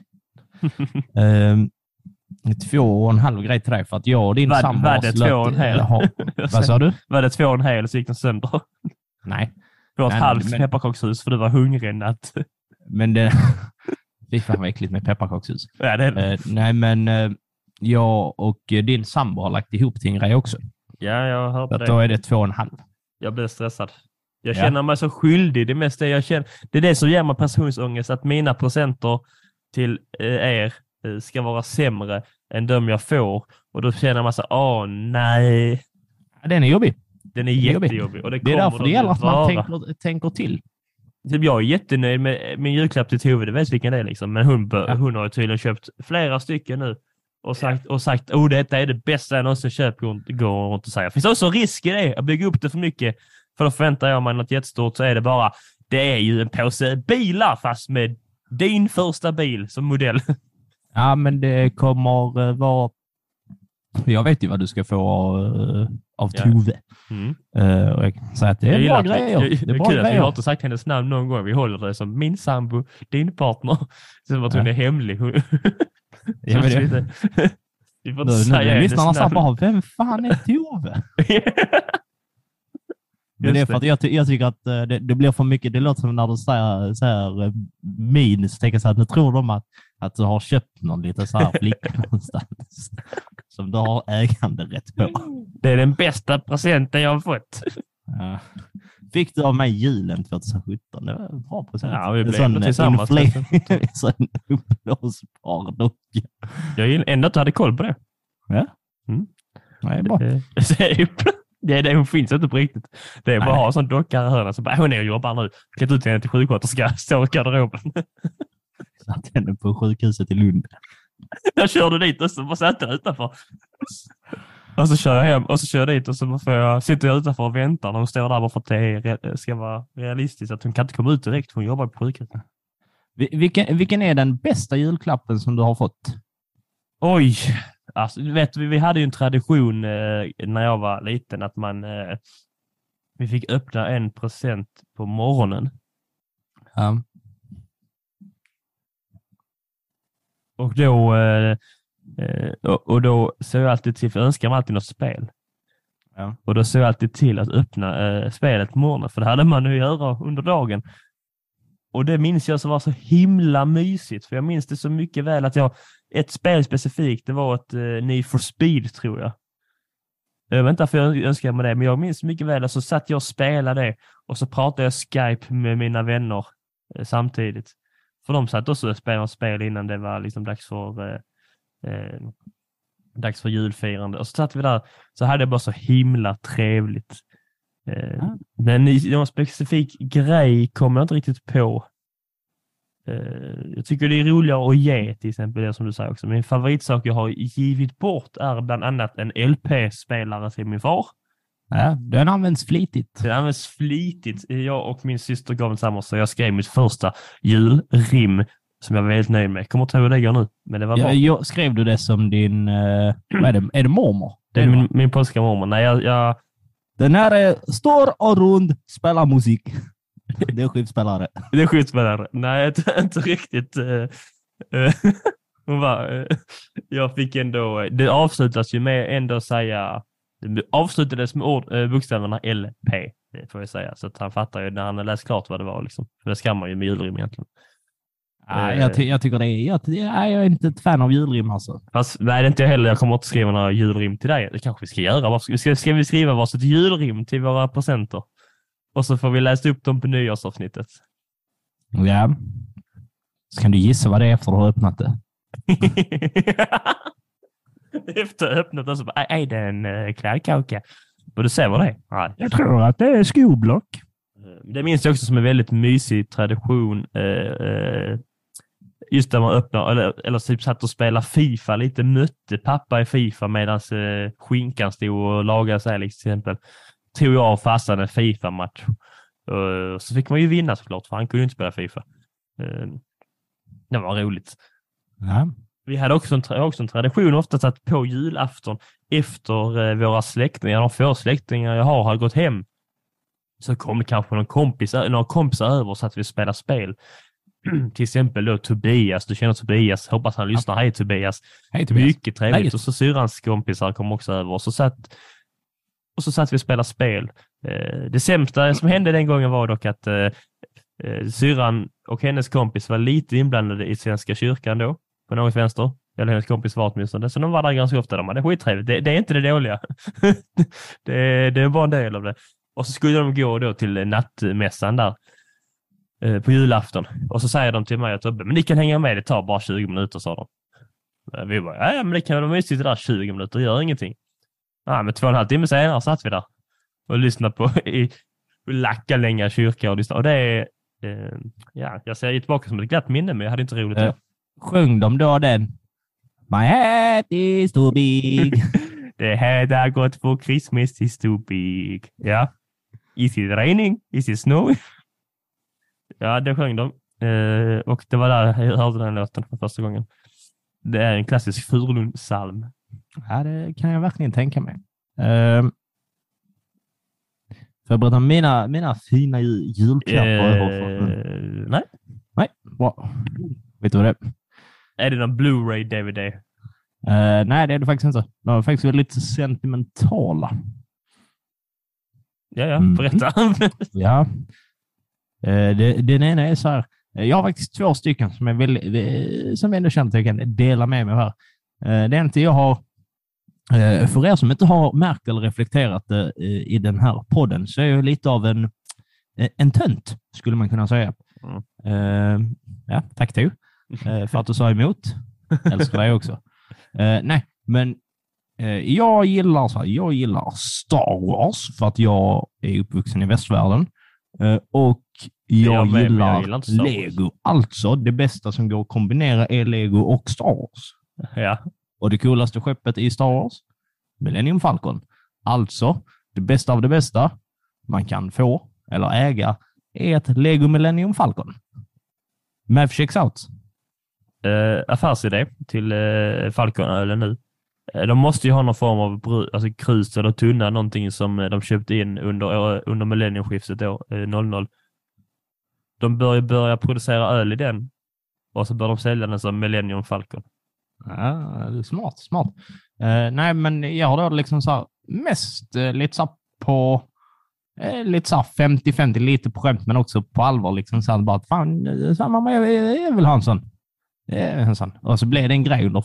2,5 grej till dig, för att jag och din sambo var det 2,5? Vad sa du? Var det 2,5 så gick den sönder? Nej. För ett halvt pepparkakshus för du var hungrig en natt. Men det... Det är fan vad äckligt med pepparkakshus. Ja, det är det. Nej, men jag och din sambo har lagt ihop till en grej också. Ja, jag har hört det. Då är det 2,5. Jag blir stressad. Jag känner mig så skyldig. Det mesta jag känner. Det är det som ger mig prestationsångest, att mina presenter till er ska vara sämre än de jag får. Och då känner man så, nej. Den är jobbig. Den är jättejobbig. Och det är därför det gäller att man tänker till. Jag är jättenöjd med min julklapp till Tove. Det vet vilken det är liksom. Men hon har tydligen köpt flera stycken nu. Och sagt, detta är det bästa jag någonsin köpt, går runt och säga. Det finns också risk i det, att bygga upp det för mycket. För då förväntar jag mig något jättestort, så är det är ju en påse bilar fast med din första bil som modell. Ja, men det kommer vara... Jag vet ju vad du ska få av Tove. Och jag kan säga att det är bra grejer. Det är bra grejer. Jag har inte sagt hennes namn någon gång. Vi håller det som min sambo, din partner. Som att hon är hemlig. Ja, men det... Vi får inte säga lyssnarna sa bara, vem fan är Tove? Men det är för att jag tycker att det blir för mycket. Det låter som när du säger min, så tänker jag så här, nu tror de att Att du har köpt någon lite så här flicka någonstans som du har äganderätt på. Det är den bästa presenten jag har fått. Ja. Fick du av mig julen 2017? Det var en bra present. Ja, vi blev ändå tillsammans. Så en uppblåsbar docka. Jag gillar ändå att du hade koll på det. Ja. Nej, bra. Det finns inte på riktigt. Det är bara att ha en sån docka i hörnet. Så bara, hon är och jobbar nu. Klätt ut henne till sjuksköterska. Står i garderoben. Satt henne på sjukhuset i Lund. Jag körde dit och så satt jag utanför. Och så kör jag hem och så kör jag dit och så sitter jag utanför och väntar när hon står där bara för att det ska vara realistiskt. Att hon kan inte komma ut direkt. Hon jobbar på sjukhuset. Vilken är den bästa julklappen som du har fått? Oj! Alltså, vet vi hade ju en tradition när jag var liten att vi fick öppna en present på morgonen. Ja. Och då såg jag alltid till, för jag önskar mig alltid något spel. Ja. Och då såg jag alltid till att öppna spelet på morgonen, för det hade man ju göra under dagen. Och det minns jag så var så himla mysigt, för jag minns det så mycket väl att ett spel specifikt, det var ett Need for Speed tror jag. Jag vet inte varför jag önskar mig det, men jag minns mycket väl att så satt jag och spelade det och så pratade jag Skype med mina vänner samtidigt. För de satt också och spelade spel innan det var liksom dags för julfirande. Och så satt vi där, så hade jag bara så himla trevligt. Men någon specifik grej kommer jag inte riktigt på. Jag tycker det är roligare att ge, till exempel det som du säger också. Min favoritsak jag har givit bort är bland annat en LP-spelare till min far. Ja, den används flitigt. Den används flitigt. Jag och min syster gav den samma, så jag skrev mitt första julrim som jag var väldigt nöjd med. Kommer inte ihåg hur det går nu, men det var bra. Skrev du det som din... är det mormor? Det är min polska mormor. Nej, jag... Den här är stor och rund, spelar musik. Det är skivspelare. Det är skivspelare. Nej, inte riktigt. Jag fick ändå... Det avslutas ju med ändå säga... Det avslutades med bokstäverna LP, får jag säga. Så att han fattar ju när han har läst klart vad det var. Liksom. För det ska man ju med julrim egentligen. Jag tycker det är... Jag är inte ett fan av julrim alltså. Fast, nej, det är inte jag heller. Jag kommer inte skriva några julrim till dig. Det kanske vi ska göra. Ska vi skriva varsitt julrim till våra presenter? Och så får vi läsa upp dem på nyårsavsnittet. Ja. Så kan du gissa vad det är efter att ha öppnat det. Efter att ha öppnat det så bara, är det en klädkaka? Och du ser vad det är? Nej. Jag tror att det är skoblock. Det minns jag också som en väldigt mysig tradition. Just där man öppnar, eller typ satt och spelade FIFA lite, mötte pappa i FIFA medan skinkan stod och lagade sig till exempel. Tror jag fastnade en FIFA-match. Så fick man ju vinna såklart, för han kunde ju inte spela FIFA. Det var roligt. Ja. Vi hade också en tradition ofta att på julafton efter våra släktingar, de få släktingar jag har gått hem, så kom kanske några kompisar över så att vi spelar spel. Till exempel då Tobias, du känner Tobias, hoppas han lyssnar. Hej Tobias. Hej Tobias. Mycket trevligt. Och så syrrans kompisar kom också över och så satt vi och spelade spel. Det sämsta som hände den gången var dock att syrran och hennes kompis var lite inblandade i Svenska kyrkan då, på något vänster. Eller hennes kompis var åtminstone. Så de var där ganska ofta. De hade skittrevligt. Det är inte det dåliga. det är bara en del av det. Och så skulle de gå då till nattmässan där på julafton. Och så säger de till mig och Tobbe, men ni kan hänga med, det tar bara 20 minuter, sa de. Vi bara, ja men det kan vara mysigt det där 20 minuter, gör ingenting. Ja, men 2,5 timmar senare satt vi där och lyssnade på Lackalänga kyrka och lyssnade. Och det är, jag ser tillbaka som ett glatt minne, men jag hade inte roligt då. Sjöng de då den? My hat is too big. The hat I got for Christmas is too big. Ja. Is it raining? Is it snowing? Ja, det sjöng de. Och det var där jag hörde den låten för första gången. Det är en klassisk Furulund-psalm. Ja, det kan jag verkligen tänka mig. Får jag berätta mina fina julklappar? Nej, bra. Vet du vad det är? Är det någon Blu-ray-DVD? Nej, det är det faktiskt inte. De är faktiskt väldigt sentimentala. Ja, berätta. Ja. Den ena är så här. Jag har faktiskt 2 stycken som är väldigt, som jag ändå känner att jag kan dela med mig här. Det är inte jag har, för er som inte har märkt eller reflekterat i den här podden, så är jag lite av en tönt, skulle man kunna säga. Ja, tack du för att du sa emot. Älskar dig också. Nej, men jag gillar Star Wars för att jag är uppvuxen i västvärlden. Och jag gillar Lego. Alltså, det bästa som går att kombinera är Lego och Star Wars. Ja. Och det coolaste skeppet i Star Wars, Millennium Falcon. Alltså, det bästa av det bästa man kan få eller äga är ett Lego Millennium Falcon. Mav checks out. Affärsidé till Falcon eller nu. De måste ju ha någon form av krus eller tunna, någonting som de köpte in under millenniumskiftet då, 00. De bör ju börja producera öl i den och så bör de sälja den som Millennium Falcon. Ja, smart. Nej, men jag har då liksom så här, mest lite så på lite så 50-50, lite på skämt men också på allvar liksom så här, bara att fan, mamma, jag vill ha en sån. Och så blev det en grej under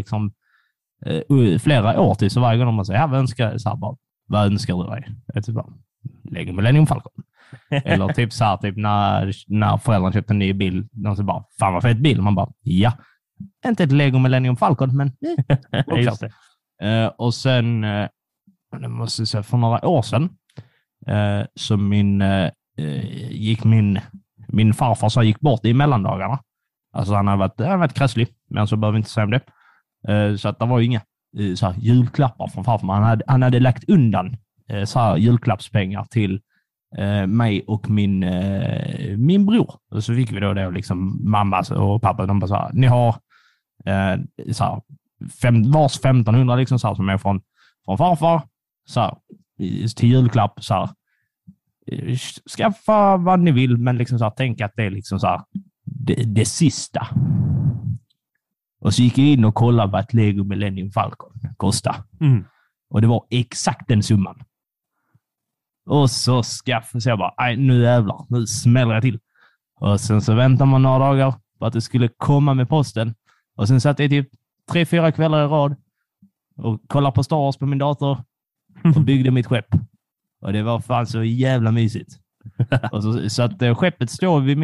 flera år till, så varje gång man säger, vad önskar du dig? Jag typ bara, Lego Millennium Falcon. Eller typ så här, typ när föräldrarna köpte en ny bil, de säger bara, fan vad fet bil. Man bara, ja. Inte ett Lego Millennium Falcon, men just det. Och sen, det måste jag säga, för några år sedan, så min farfar så gick bort i mellandagarna. Alltså han har varit krasslig, men så behöver vi inte säga om det. Så att det var ju inga så här, julklappar från farfar. Han hade lagt undan så här, julklappspengar till mig och min bror. Och så fick vi då liksom mamma och pappa, de bara så här, ni har så här, vars 1500 liksom så här, som är från farfar så här, till julklapp så här, skaffa vad ni vill, men liksom så här, tänk att det är liksom så här, det sista. Och så gick jag in och kollade vad ett Lego Millennium Falcon kostade. Och det var exakt den summan. Och så jag bara, nej, nu jävlar, nu smäller jag till. Och sen så väntar man några dagar på att det skulle komma med posten. Och sen satt jag typ 3-4 kvällar i rad och kollade på Star Wars på min dator och byggde mitt skepp. Och det var fan så jävla mysigt. Och så att skeppet står vid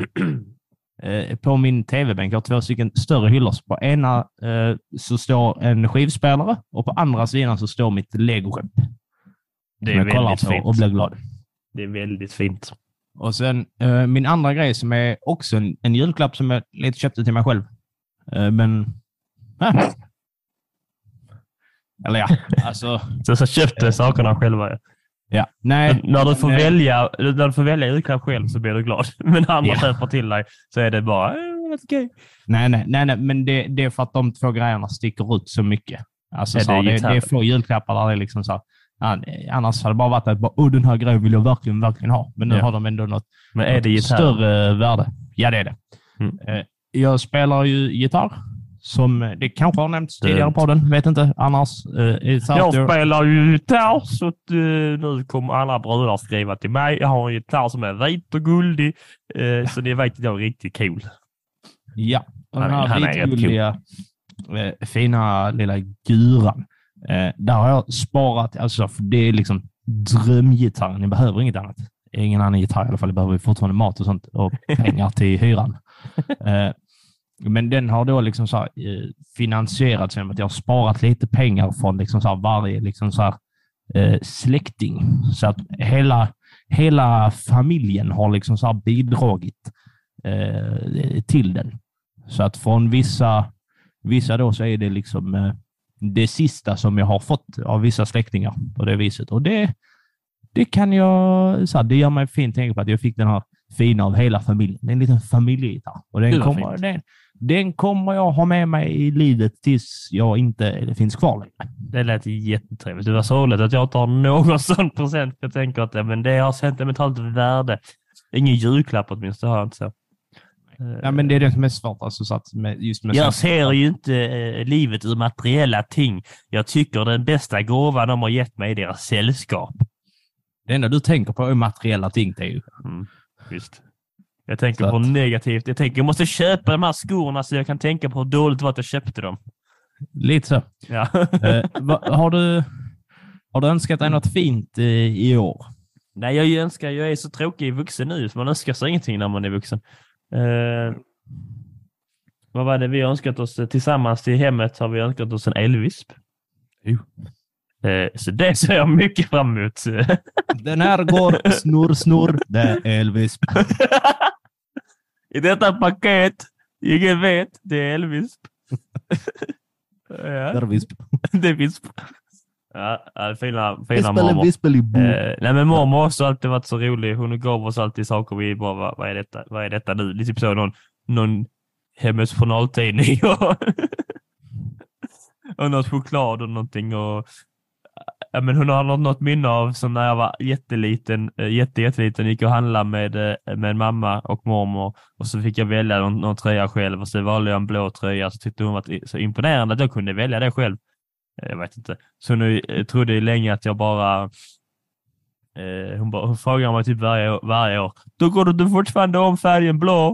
på min tv-bänk. Jag har 2 stycken större hyllor. På ena så står en skivspelare och på andra sidan så står mitt Lego-skepp. Det är väldigt fint. Och blir glad. Det är väldigt fint. Och sen min andra grej som är också en julklapp som jag lite köpte till mig själv. Men... Eller ja, alltså... Så köpte sakerna själva. Ja, nej. När du får välja julklapp själv så blir du glad. Men när andra köper till dig så är det bara okej. Nej, men det är för att de 2 grejerna sticker ut så mycket. Alltså det är få julklappar där det är liksom så. Annars hade det bara varit att den här grejen vill jag verkligen ha. Men nu har de ändå något större värde. Ja, det är det. Jag spelar ju gitarr. Som det kanske har nämnts tidigare på den, vet inte. Annars jag spelar ju gitarr, så att, nu kommer alla bröder skriva till mig. Jag har en gitarr som är vit och guldig, så det vet jag är riktigt cool. Ja, och den här vitguldiga fina lilla guran. Där har jag sparat, alltså för det är liksom drömgitarr. Ni behöver inget annat. Ingen annan gitarr i alla fall. Det behöver fortfarande mat och sånt och pengar till hyran. Men den har då liksom så här, finansierats genom att jag har sparat lite pengar från liksom så här, varje liksom så här, släkting. Så att hela familjen har liksom så här bidragit till den. Så att från vissa då så är det liksom det sista som jag har fått av vissa släktingar på det viset. Och det kan jag, så här, det gör mig fint tänka på att jag fick den här fina av hela familjen. Det är en liten familjegitarr. Och den kommer jag ha med mig i livet tills jag inte finns kvar längre. Det lät jättetrevligt. Det var så roligt att jag inte har någon sån present. Jag tänker att men det har sentimentalt värde. Ingen julklapp åtminstone, har jag inte så. Ja, men det är det som är svårt. Alltså, så att jag ser ju inte livet ur materiella ting. Jag tycker den bästa gåvan de har gett mig är deras sällskap. Det enda du tänker på är materiella ting, det är ju. Visst. Jag tänker på negativt. Jag tänker jag måste köpa de här skorna så jag kan tänka på hur dåligt det var att jag köpte dem. Lite så. Ja. Har du önskat dig något fint i år? Nej, jag är så tråkig i vuxen nu, så man önskar sig ingenting när man är vuxen. Vad var det vi har önskat oss tillsammans till hemmet? Har vi önskat oss en elvisp? Så det ser jag mycket fram emot. Den här går snurr, det är elvisp. I detta paket, ingen vet, det är elvisp. Ja. Det är visp. Ja, fina mormor. Nej, men mormor har också alltid varit så rolig. Hon gav oss alltid saker vi bara, vad är detta nu? Lite typ så någon hemmets journaltidning och något choklad och någonting. Och, ja, men hon har något minne av så när jag var jätteliten, gick och handlade med mamma och mormor, och så fick jag välja någon tröja själv, och så valde jag en blå tröja, så tyckte hon var så imponerande att jag kunde välja det själv. Jag vet inte. Så nu trodde jag länge att jag bara hon frågar mig typ varje år. Då går du fortfarande om färgen blå.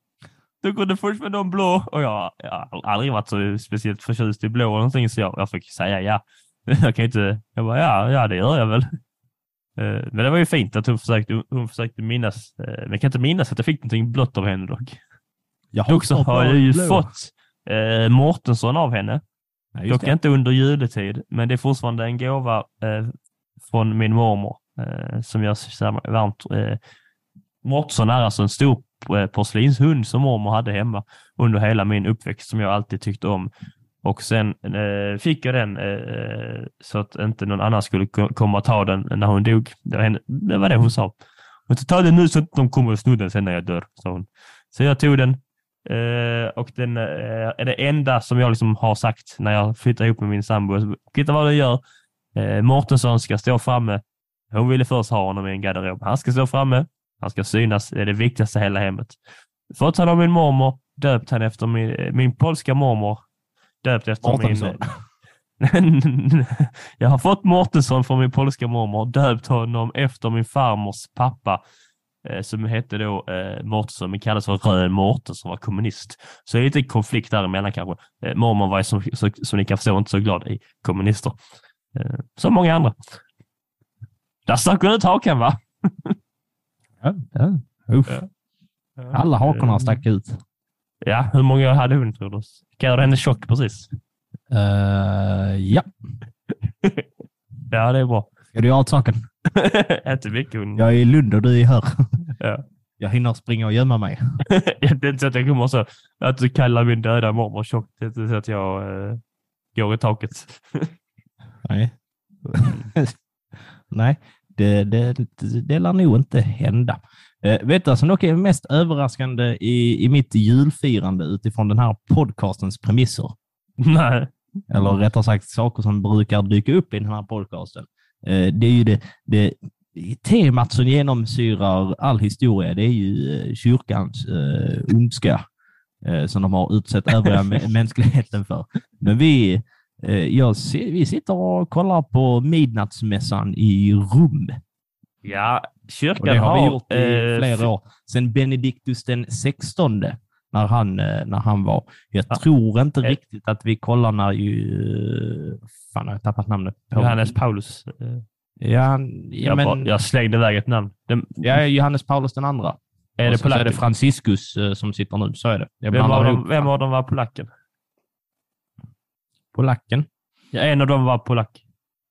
Och jag har aldrig varit så speciellt förtjust i blå eller någonting, så jag fick säga ja. Jag kan inte. Jag bara ja, det gör jag väl. Men det var ju fint att hon försökte minnas. Men jag kan inte minnas att jag fick någonting blått av henne dock. Jag också har ju fått Mårtensson av henne. Ja, dock inte under juletid, men det är fortfarande en gåva från min mormor som jag ser varmt. Mårtensson är alltså en stor porslinshund som mormor hade hemma under hela min uppväxt, som jag alltid tyckte om. Och sen fick jag den så att inte någon annan skulle komma och ta den när hon dog. Det var det hon sa. Hon sa, ta den nu så att de kommer och snor den sen när jag dör, sa hon. Så jag tog den. Och den är det enda som jag liksom har sagt när jag flyttar ihop med min sambo. Titta vad du gör. Mårtensson ska stå framme. Hon ville först ha honom i en garderob. Han ska stå framme. Han ska synas. Det är det viktigaste i hela hemmet. Fått han av min mormor. Döpt han efter min polska mormor. Döpt efter Mårtensson. Jag har fått Mårtensson från min polska mormor. Döpt honom efter min farmors pappa. Som hette då Mårtensson, men kallades för Röd Mårten, som var kommunist. Så det är lite konflikt däremellan kanske. Mormor var som ni kan förstå inte så glad i kommunister. Som många andra. Där stack hon ut hakan, va? Ja. Alla hakorna stack ut. Ja, hur många hade hon, tror du? Kallade henne tjock precis? Ja. Ja, det är bra. Ska du göra åt saken? Inte mycket. Jag är i Lund och du är här. Ja. Jag hinner springa och gömma mig. Det är inte så att jag kommer så att du kallar min döda mormor tjock. Det är inte så att jag går i taket. Nej. Nej, det lär nog inte hända. Vet du, som dock är mest överraskande i mitt julfirande utifrån den här podcastens premisser? Nej. Eller rättare sagt saker som brukar dyka upp i den här podcasten. Det är ju det temat som genomsyrar all historia. Det är ju kyrkans ondska som de har utsett övriga mänskligheten för. Men vi sitter och kollar på midnattsmässan i Rom. Ja, kyrkan och det har vi gjort i flera år. Sen Benedictus den 16, när han var. Jag tror inte riktigt att vi kollar när fan, jag har tappat namnet. Johannes Paulus. Jag slängde iväg ett namn. Johannes Paulus den andra. Är det är det Franciscus som sitter nu, så är det. Vem av dem var polacken? Polacken? Ja, en av dem var polack.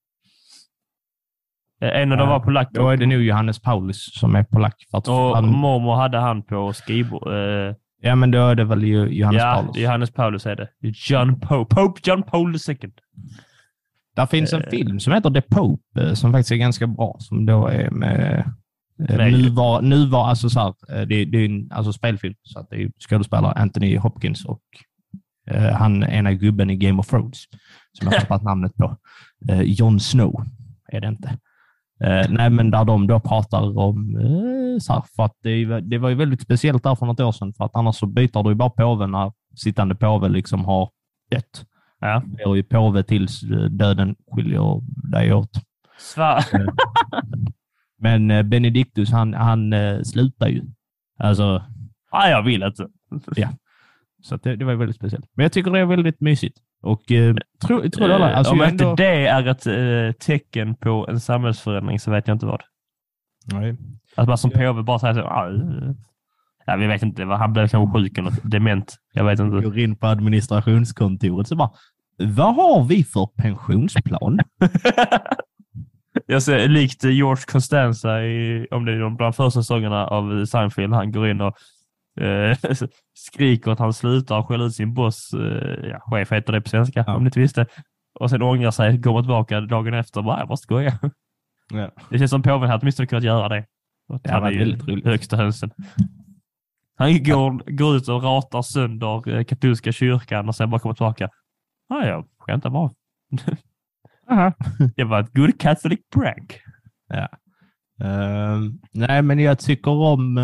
En av dem var polack. Då är det nog Johannes Paulus som är polack. Och mormor hade han på skrivbord. Ja, men då är det väl Johannes Paulus. Ja, Johannes Paulus är det. Pope John Paul II. Där finns en film som heter The Pope som faktiskt är ganska bra. Som då är med alltså så här, det är en alltså spelfilm. Så att det är skådespelare Anthony Hopkins och han ena gubben i Game of Thrones som jag har tappat namnet på. Jon Snow är det inte. Nej, men där de då pratar om så här, för att det var ju väldigt speciellt där för något år sedan, för att annars så byter du ju bara påven när sittande påve liksom har dött. Ja. Det är ju påve tills döden skiljer dig åt. Men Benedictus han slutar ju. Alltså, jag vill inte. Ja. Så att det var väldigt speciellt. Men jag tycker det är väldigt mysigt. Och tror alla, alltså om ändå... inte det är ett tecken på en samhällsförändring så vet jag inte vad. Nej. Att man som påve bara säger så, ja, vi vet inte, han blev kanske sjuk eller dement. Jag vet inte. Går in på administrationskontoret så bara, vad har vi för pensionsplan? Jag ser likt George Costanza om det är de bland första säsongerna av Seinfeld. Han går in och skriker att han slutar och skäller ut sin boss. Chef heter det på svenska, om ni inte visste. Och sen ångrar sig, kommer tillbaka dagen efter. Bara, jag måste skoja. Ja. Det känns som påven hade åtminstone kunnat göra det. Han är ju högsta hönsen. Han går ut och ratar sönder katolska kyrkan och sen bara kommer tillbaka. Jag skämtar bara. Det var ett good Catholic prank. Ja. Nej, men jag tycker om...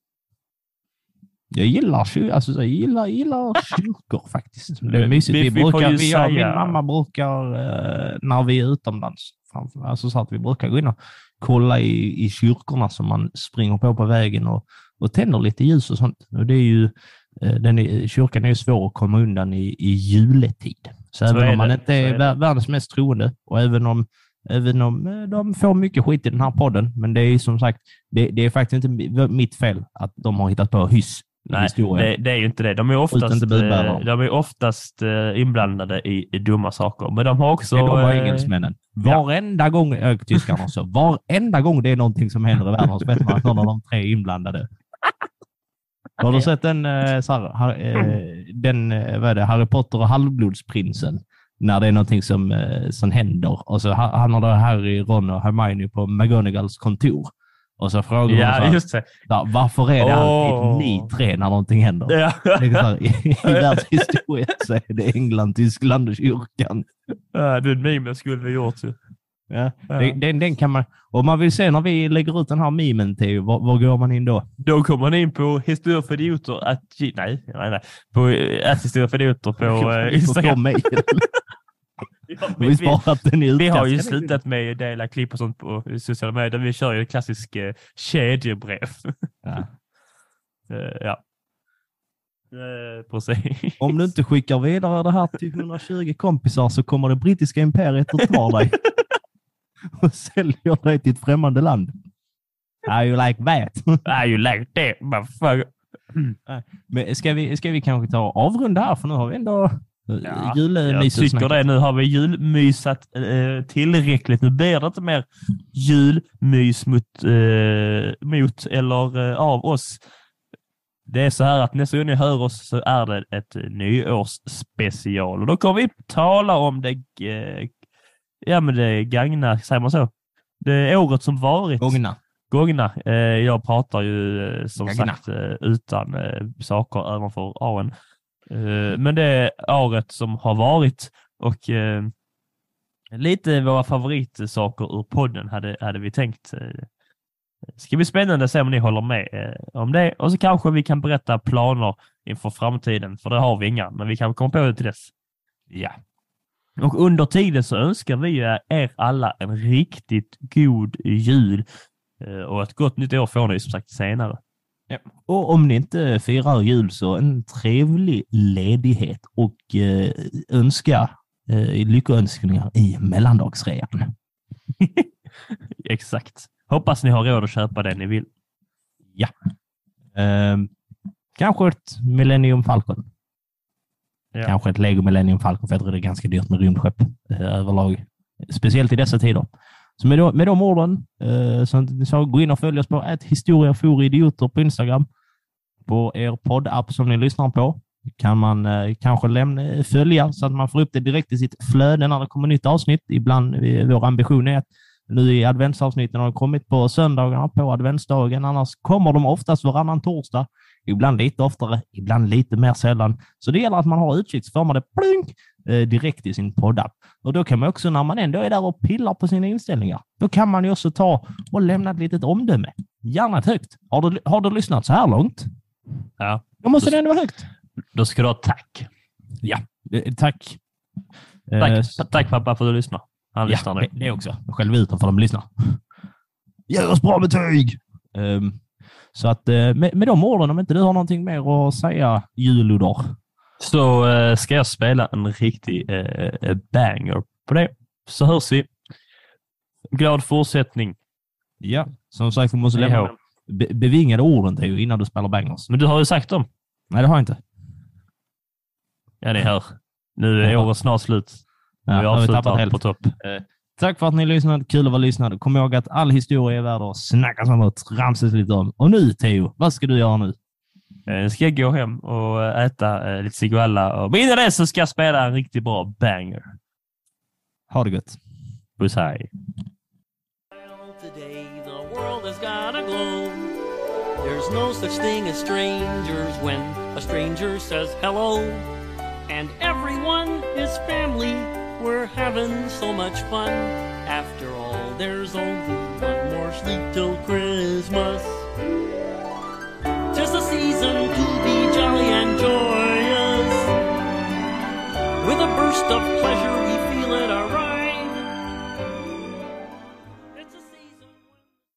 Jag gillar kyrkor faktiskt. Det är mysigt. Min mamma brukar, när vi är utomlands, alltså så att vi brukar gå in och kolla i kyrkorna som man springer på vägen och tänder lite ljus och sånt. Och det är ju, kyrkan är ju svår att komma undan i juletid. Så även om man inte är världens mest troende och även om de får mycket skit i den här podden, men det är som sagt, det är faktiskt inte mitt fel att de har hittat på hyss. Nej, det är ju inte det. De är oftast inblandade i dumma saker. Men de har också... De har engelsmännen. Varenda gång det är någonting som händer i världen så vet man att någon av de tre är inblandade. Har du sett Harry Potter och Halvblodsprinsen? När det är någonting som händer. Och så han har Harry, Ron och Hermione på McGonagalls kontor. Och så frågar hon så här, varför är det alltid ni tre när någonting händer? Ja. I världshistorien så är det England, Tyskland och kyrkan. Ja, det är en meme skulle vi gjort ju. Ja. Den kan man, om man vill se när vi lägger ut den här memen till, var går man in då? Då kommer man in på Historia för idioter på Historia för idioter på Instagram. Vi har ju slutat med att dela klipp och sånt på sociala medier. Vi kör ju klassisk kedjebrev. Precis. Om du inte skickar vidare det här till 120 kompisar så kommer det brittiska imperiet att ta dig och säljer dig till ett främmande land. Are you like that? Are you like that? Men ska vi kanske ta avrunda här, för nu har vi ändå jag tycker det. Nu har vi julmysat tillräckligt. Nu blir det inte mer julmys mot eller av oss. Det är så här att nästa gång ni hör oss så är det ett nyårsspecial. Och då kommer vi tala om det gagna, säger man så? Det året som varit. Gångna. Jag pratar ju som sagt utan saker ovanför Aen. Men det är året som har varit och lite våra favoritsaker ur podden hade vi tänkt. Ska bli spännande att se om ni håller med om det. Och så kanske vi kan berätta planer inför framtiden, för det har vi inga, men vi kan komma på det till dess. Ja. Och under tiden så önskar vi er alla en riktigt god jul och ett gott nytt år får ni som sagt senare. Ja. Och om ni inte firar jul så en trevlig ledighet och önska lyckönskningar i mellandagsrean. Exakt. Hoppas ni har råd att köpa det ni vill. Ja. Kanske ett Millennium Falcon. Ja. Kanske ett Lego Millennium Falcon, för jag tror det är ganska dyrt med rymdskepp överlag. Speciellt i dessa tider. Så med de orden så gå in och följ oss på Historia för idioter på Instagram. På er poddapp som ni lyssnar på kan man kanske följa så att man får upp det direkt i sitt flöde när det kommer nytt avsnitt. Ibland vår ambition är att nu i adventsavsnitten har de kommit på söndagarna på adventsdagen. Annars kommer de oftast varannan torsdag. Ibland lite oftare, ibland lite mer sällan. Så det gäller att man har utkik så får man det plink direkt i sin poddapp. Och då kan man också, när man ändå är där och pillar på sina inställningar, då kan man ju också ta och lämna ett litet omdöme. Gärna ett högt. Har du lyssnat så här långt? Ja. Då måste det ändå vara högt. Då ska du ha tack. Ja, tack. Tack pappa för att du lyssnar. Han lyssnar nu. Det också. Jag själv ut för att de lyssnar. Ge oss bra betyg! Så att med de orden, om inte du har någonting mer att säga, Juludor, så ska jag spela en riktig banger på det. Så hörs vi. Glad fortsättning. Ja, som sagt, vi måste lämna bevingade orden till ju innan du spelar bangers. Men du har ju sagt dem. Nej, det har jag inte. Ja, det hör. Nu är året snart slut. Ja, vi avslutar helt på topp. Tack för att ni lyssnade. Kul att vara lyssnade. Kom ihåg att all historia är värd att snackas om och tramsas lite om. Och nu, Theo, vad ska du göra nu? Ska jag gå hem och äta lite cigualla. Och innan det så ska jag spela en riktigt bra banger. Ha det gött. Puss, hej. Today the world has got a glow. There's no such thing as strangers when a stranger says hello. And everyone is family. We're having so much fun. After all, there's only one more sleep till Christmas. Just a season to be jolly and joyous. With a burst of pleasure we feel it around.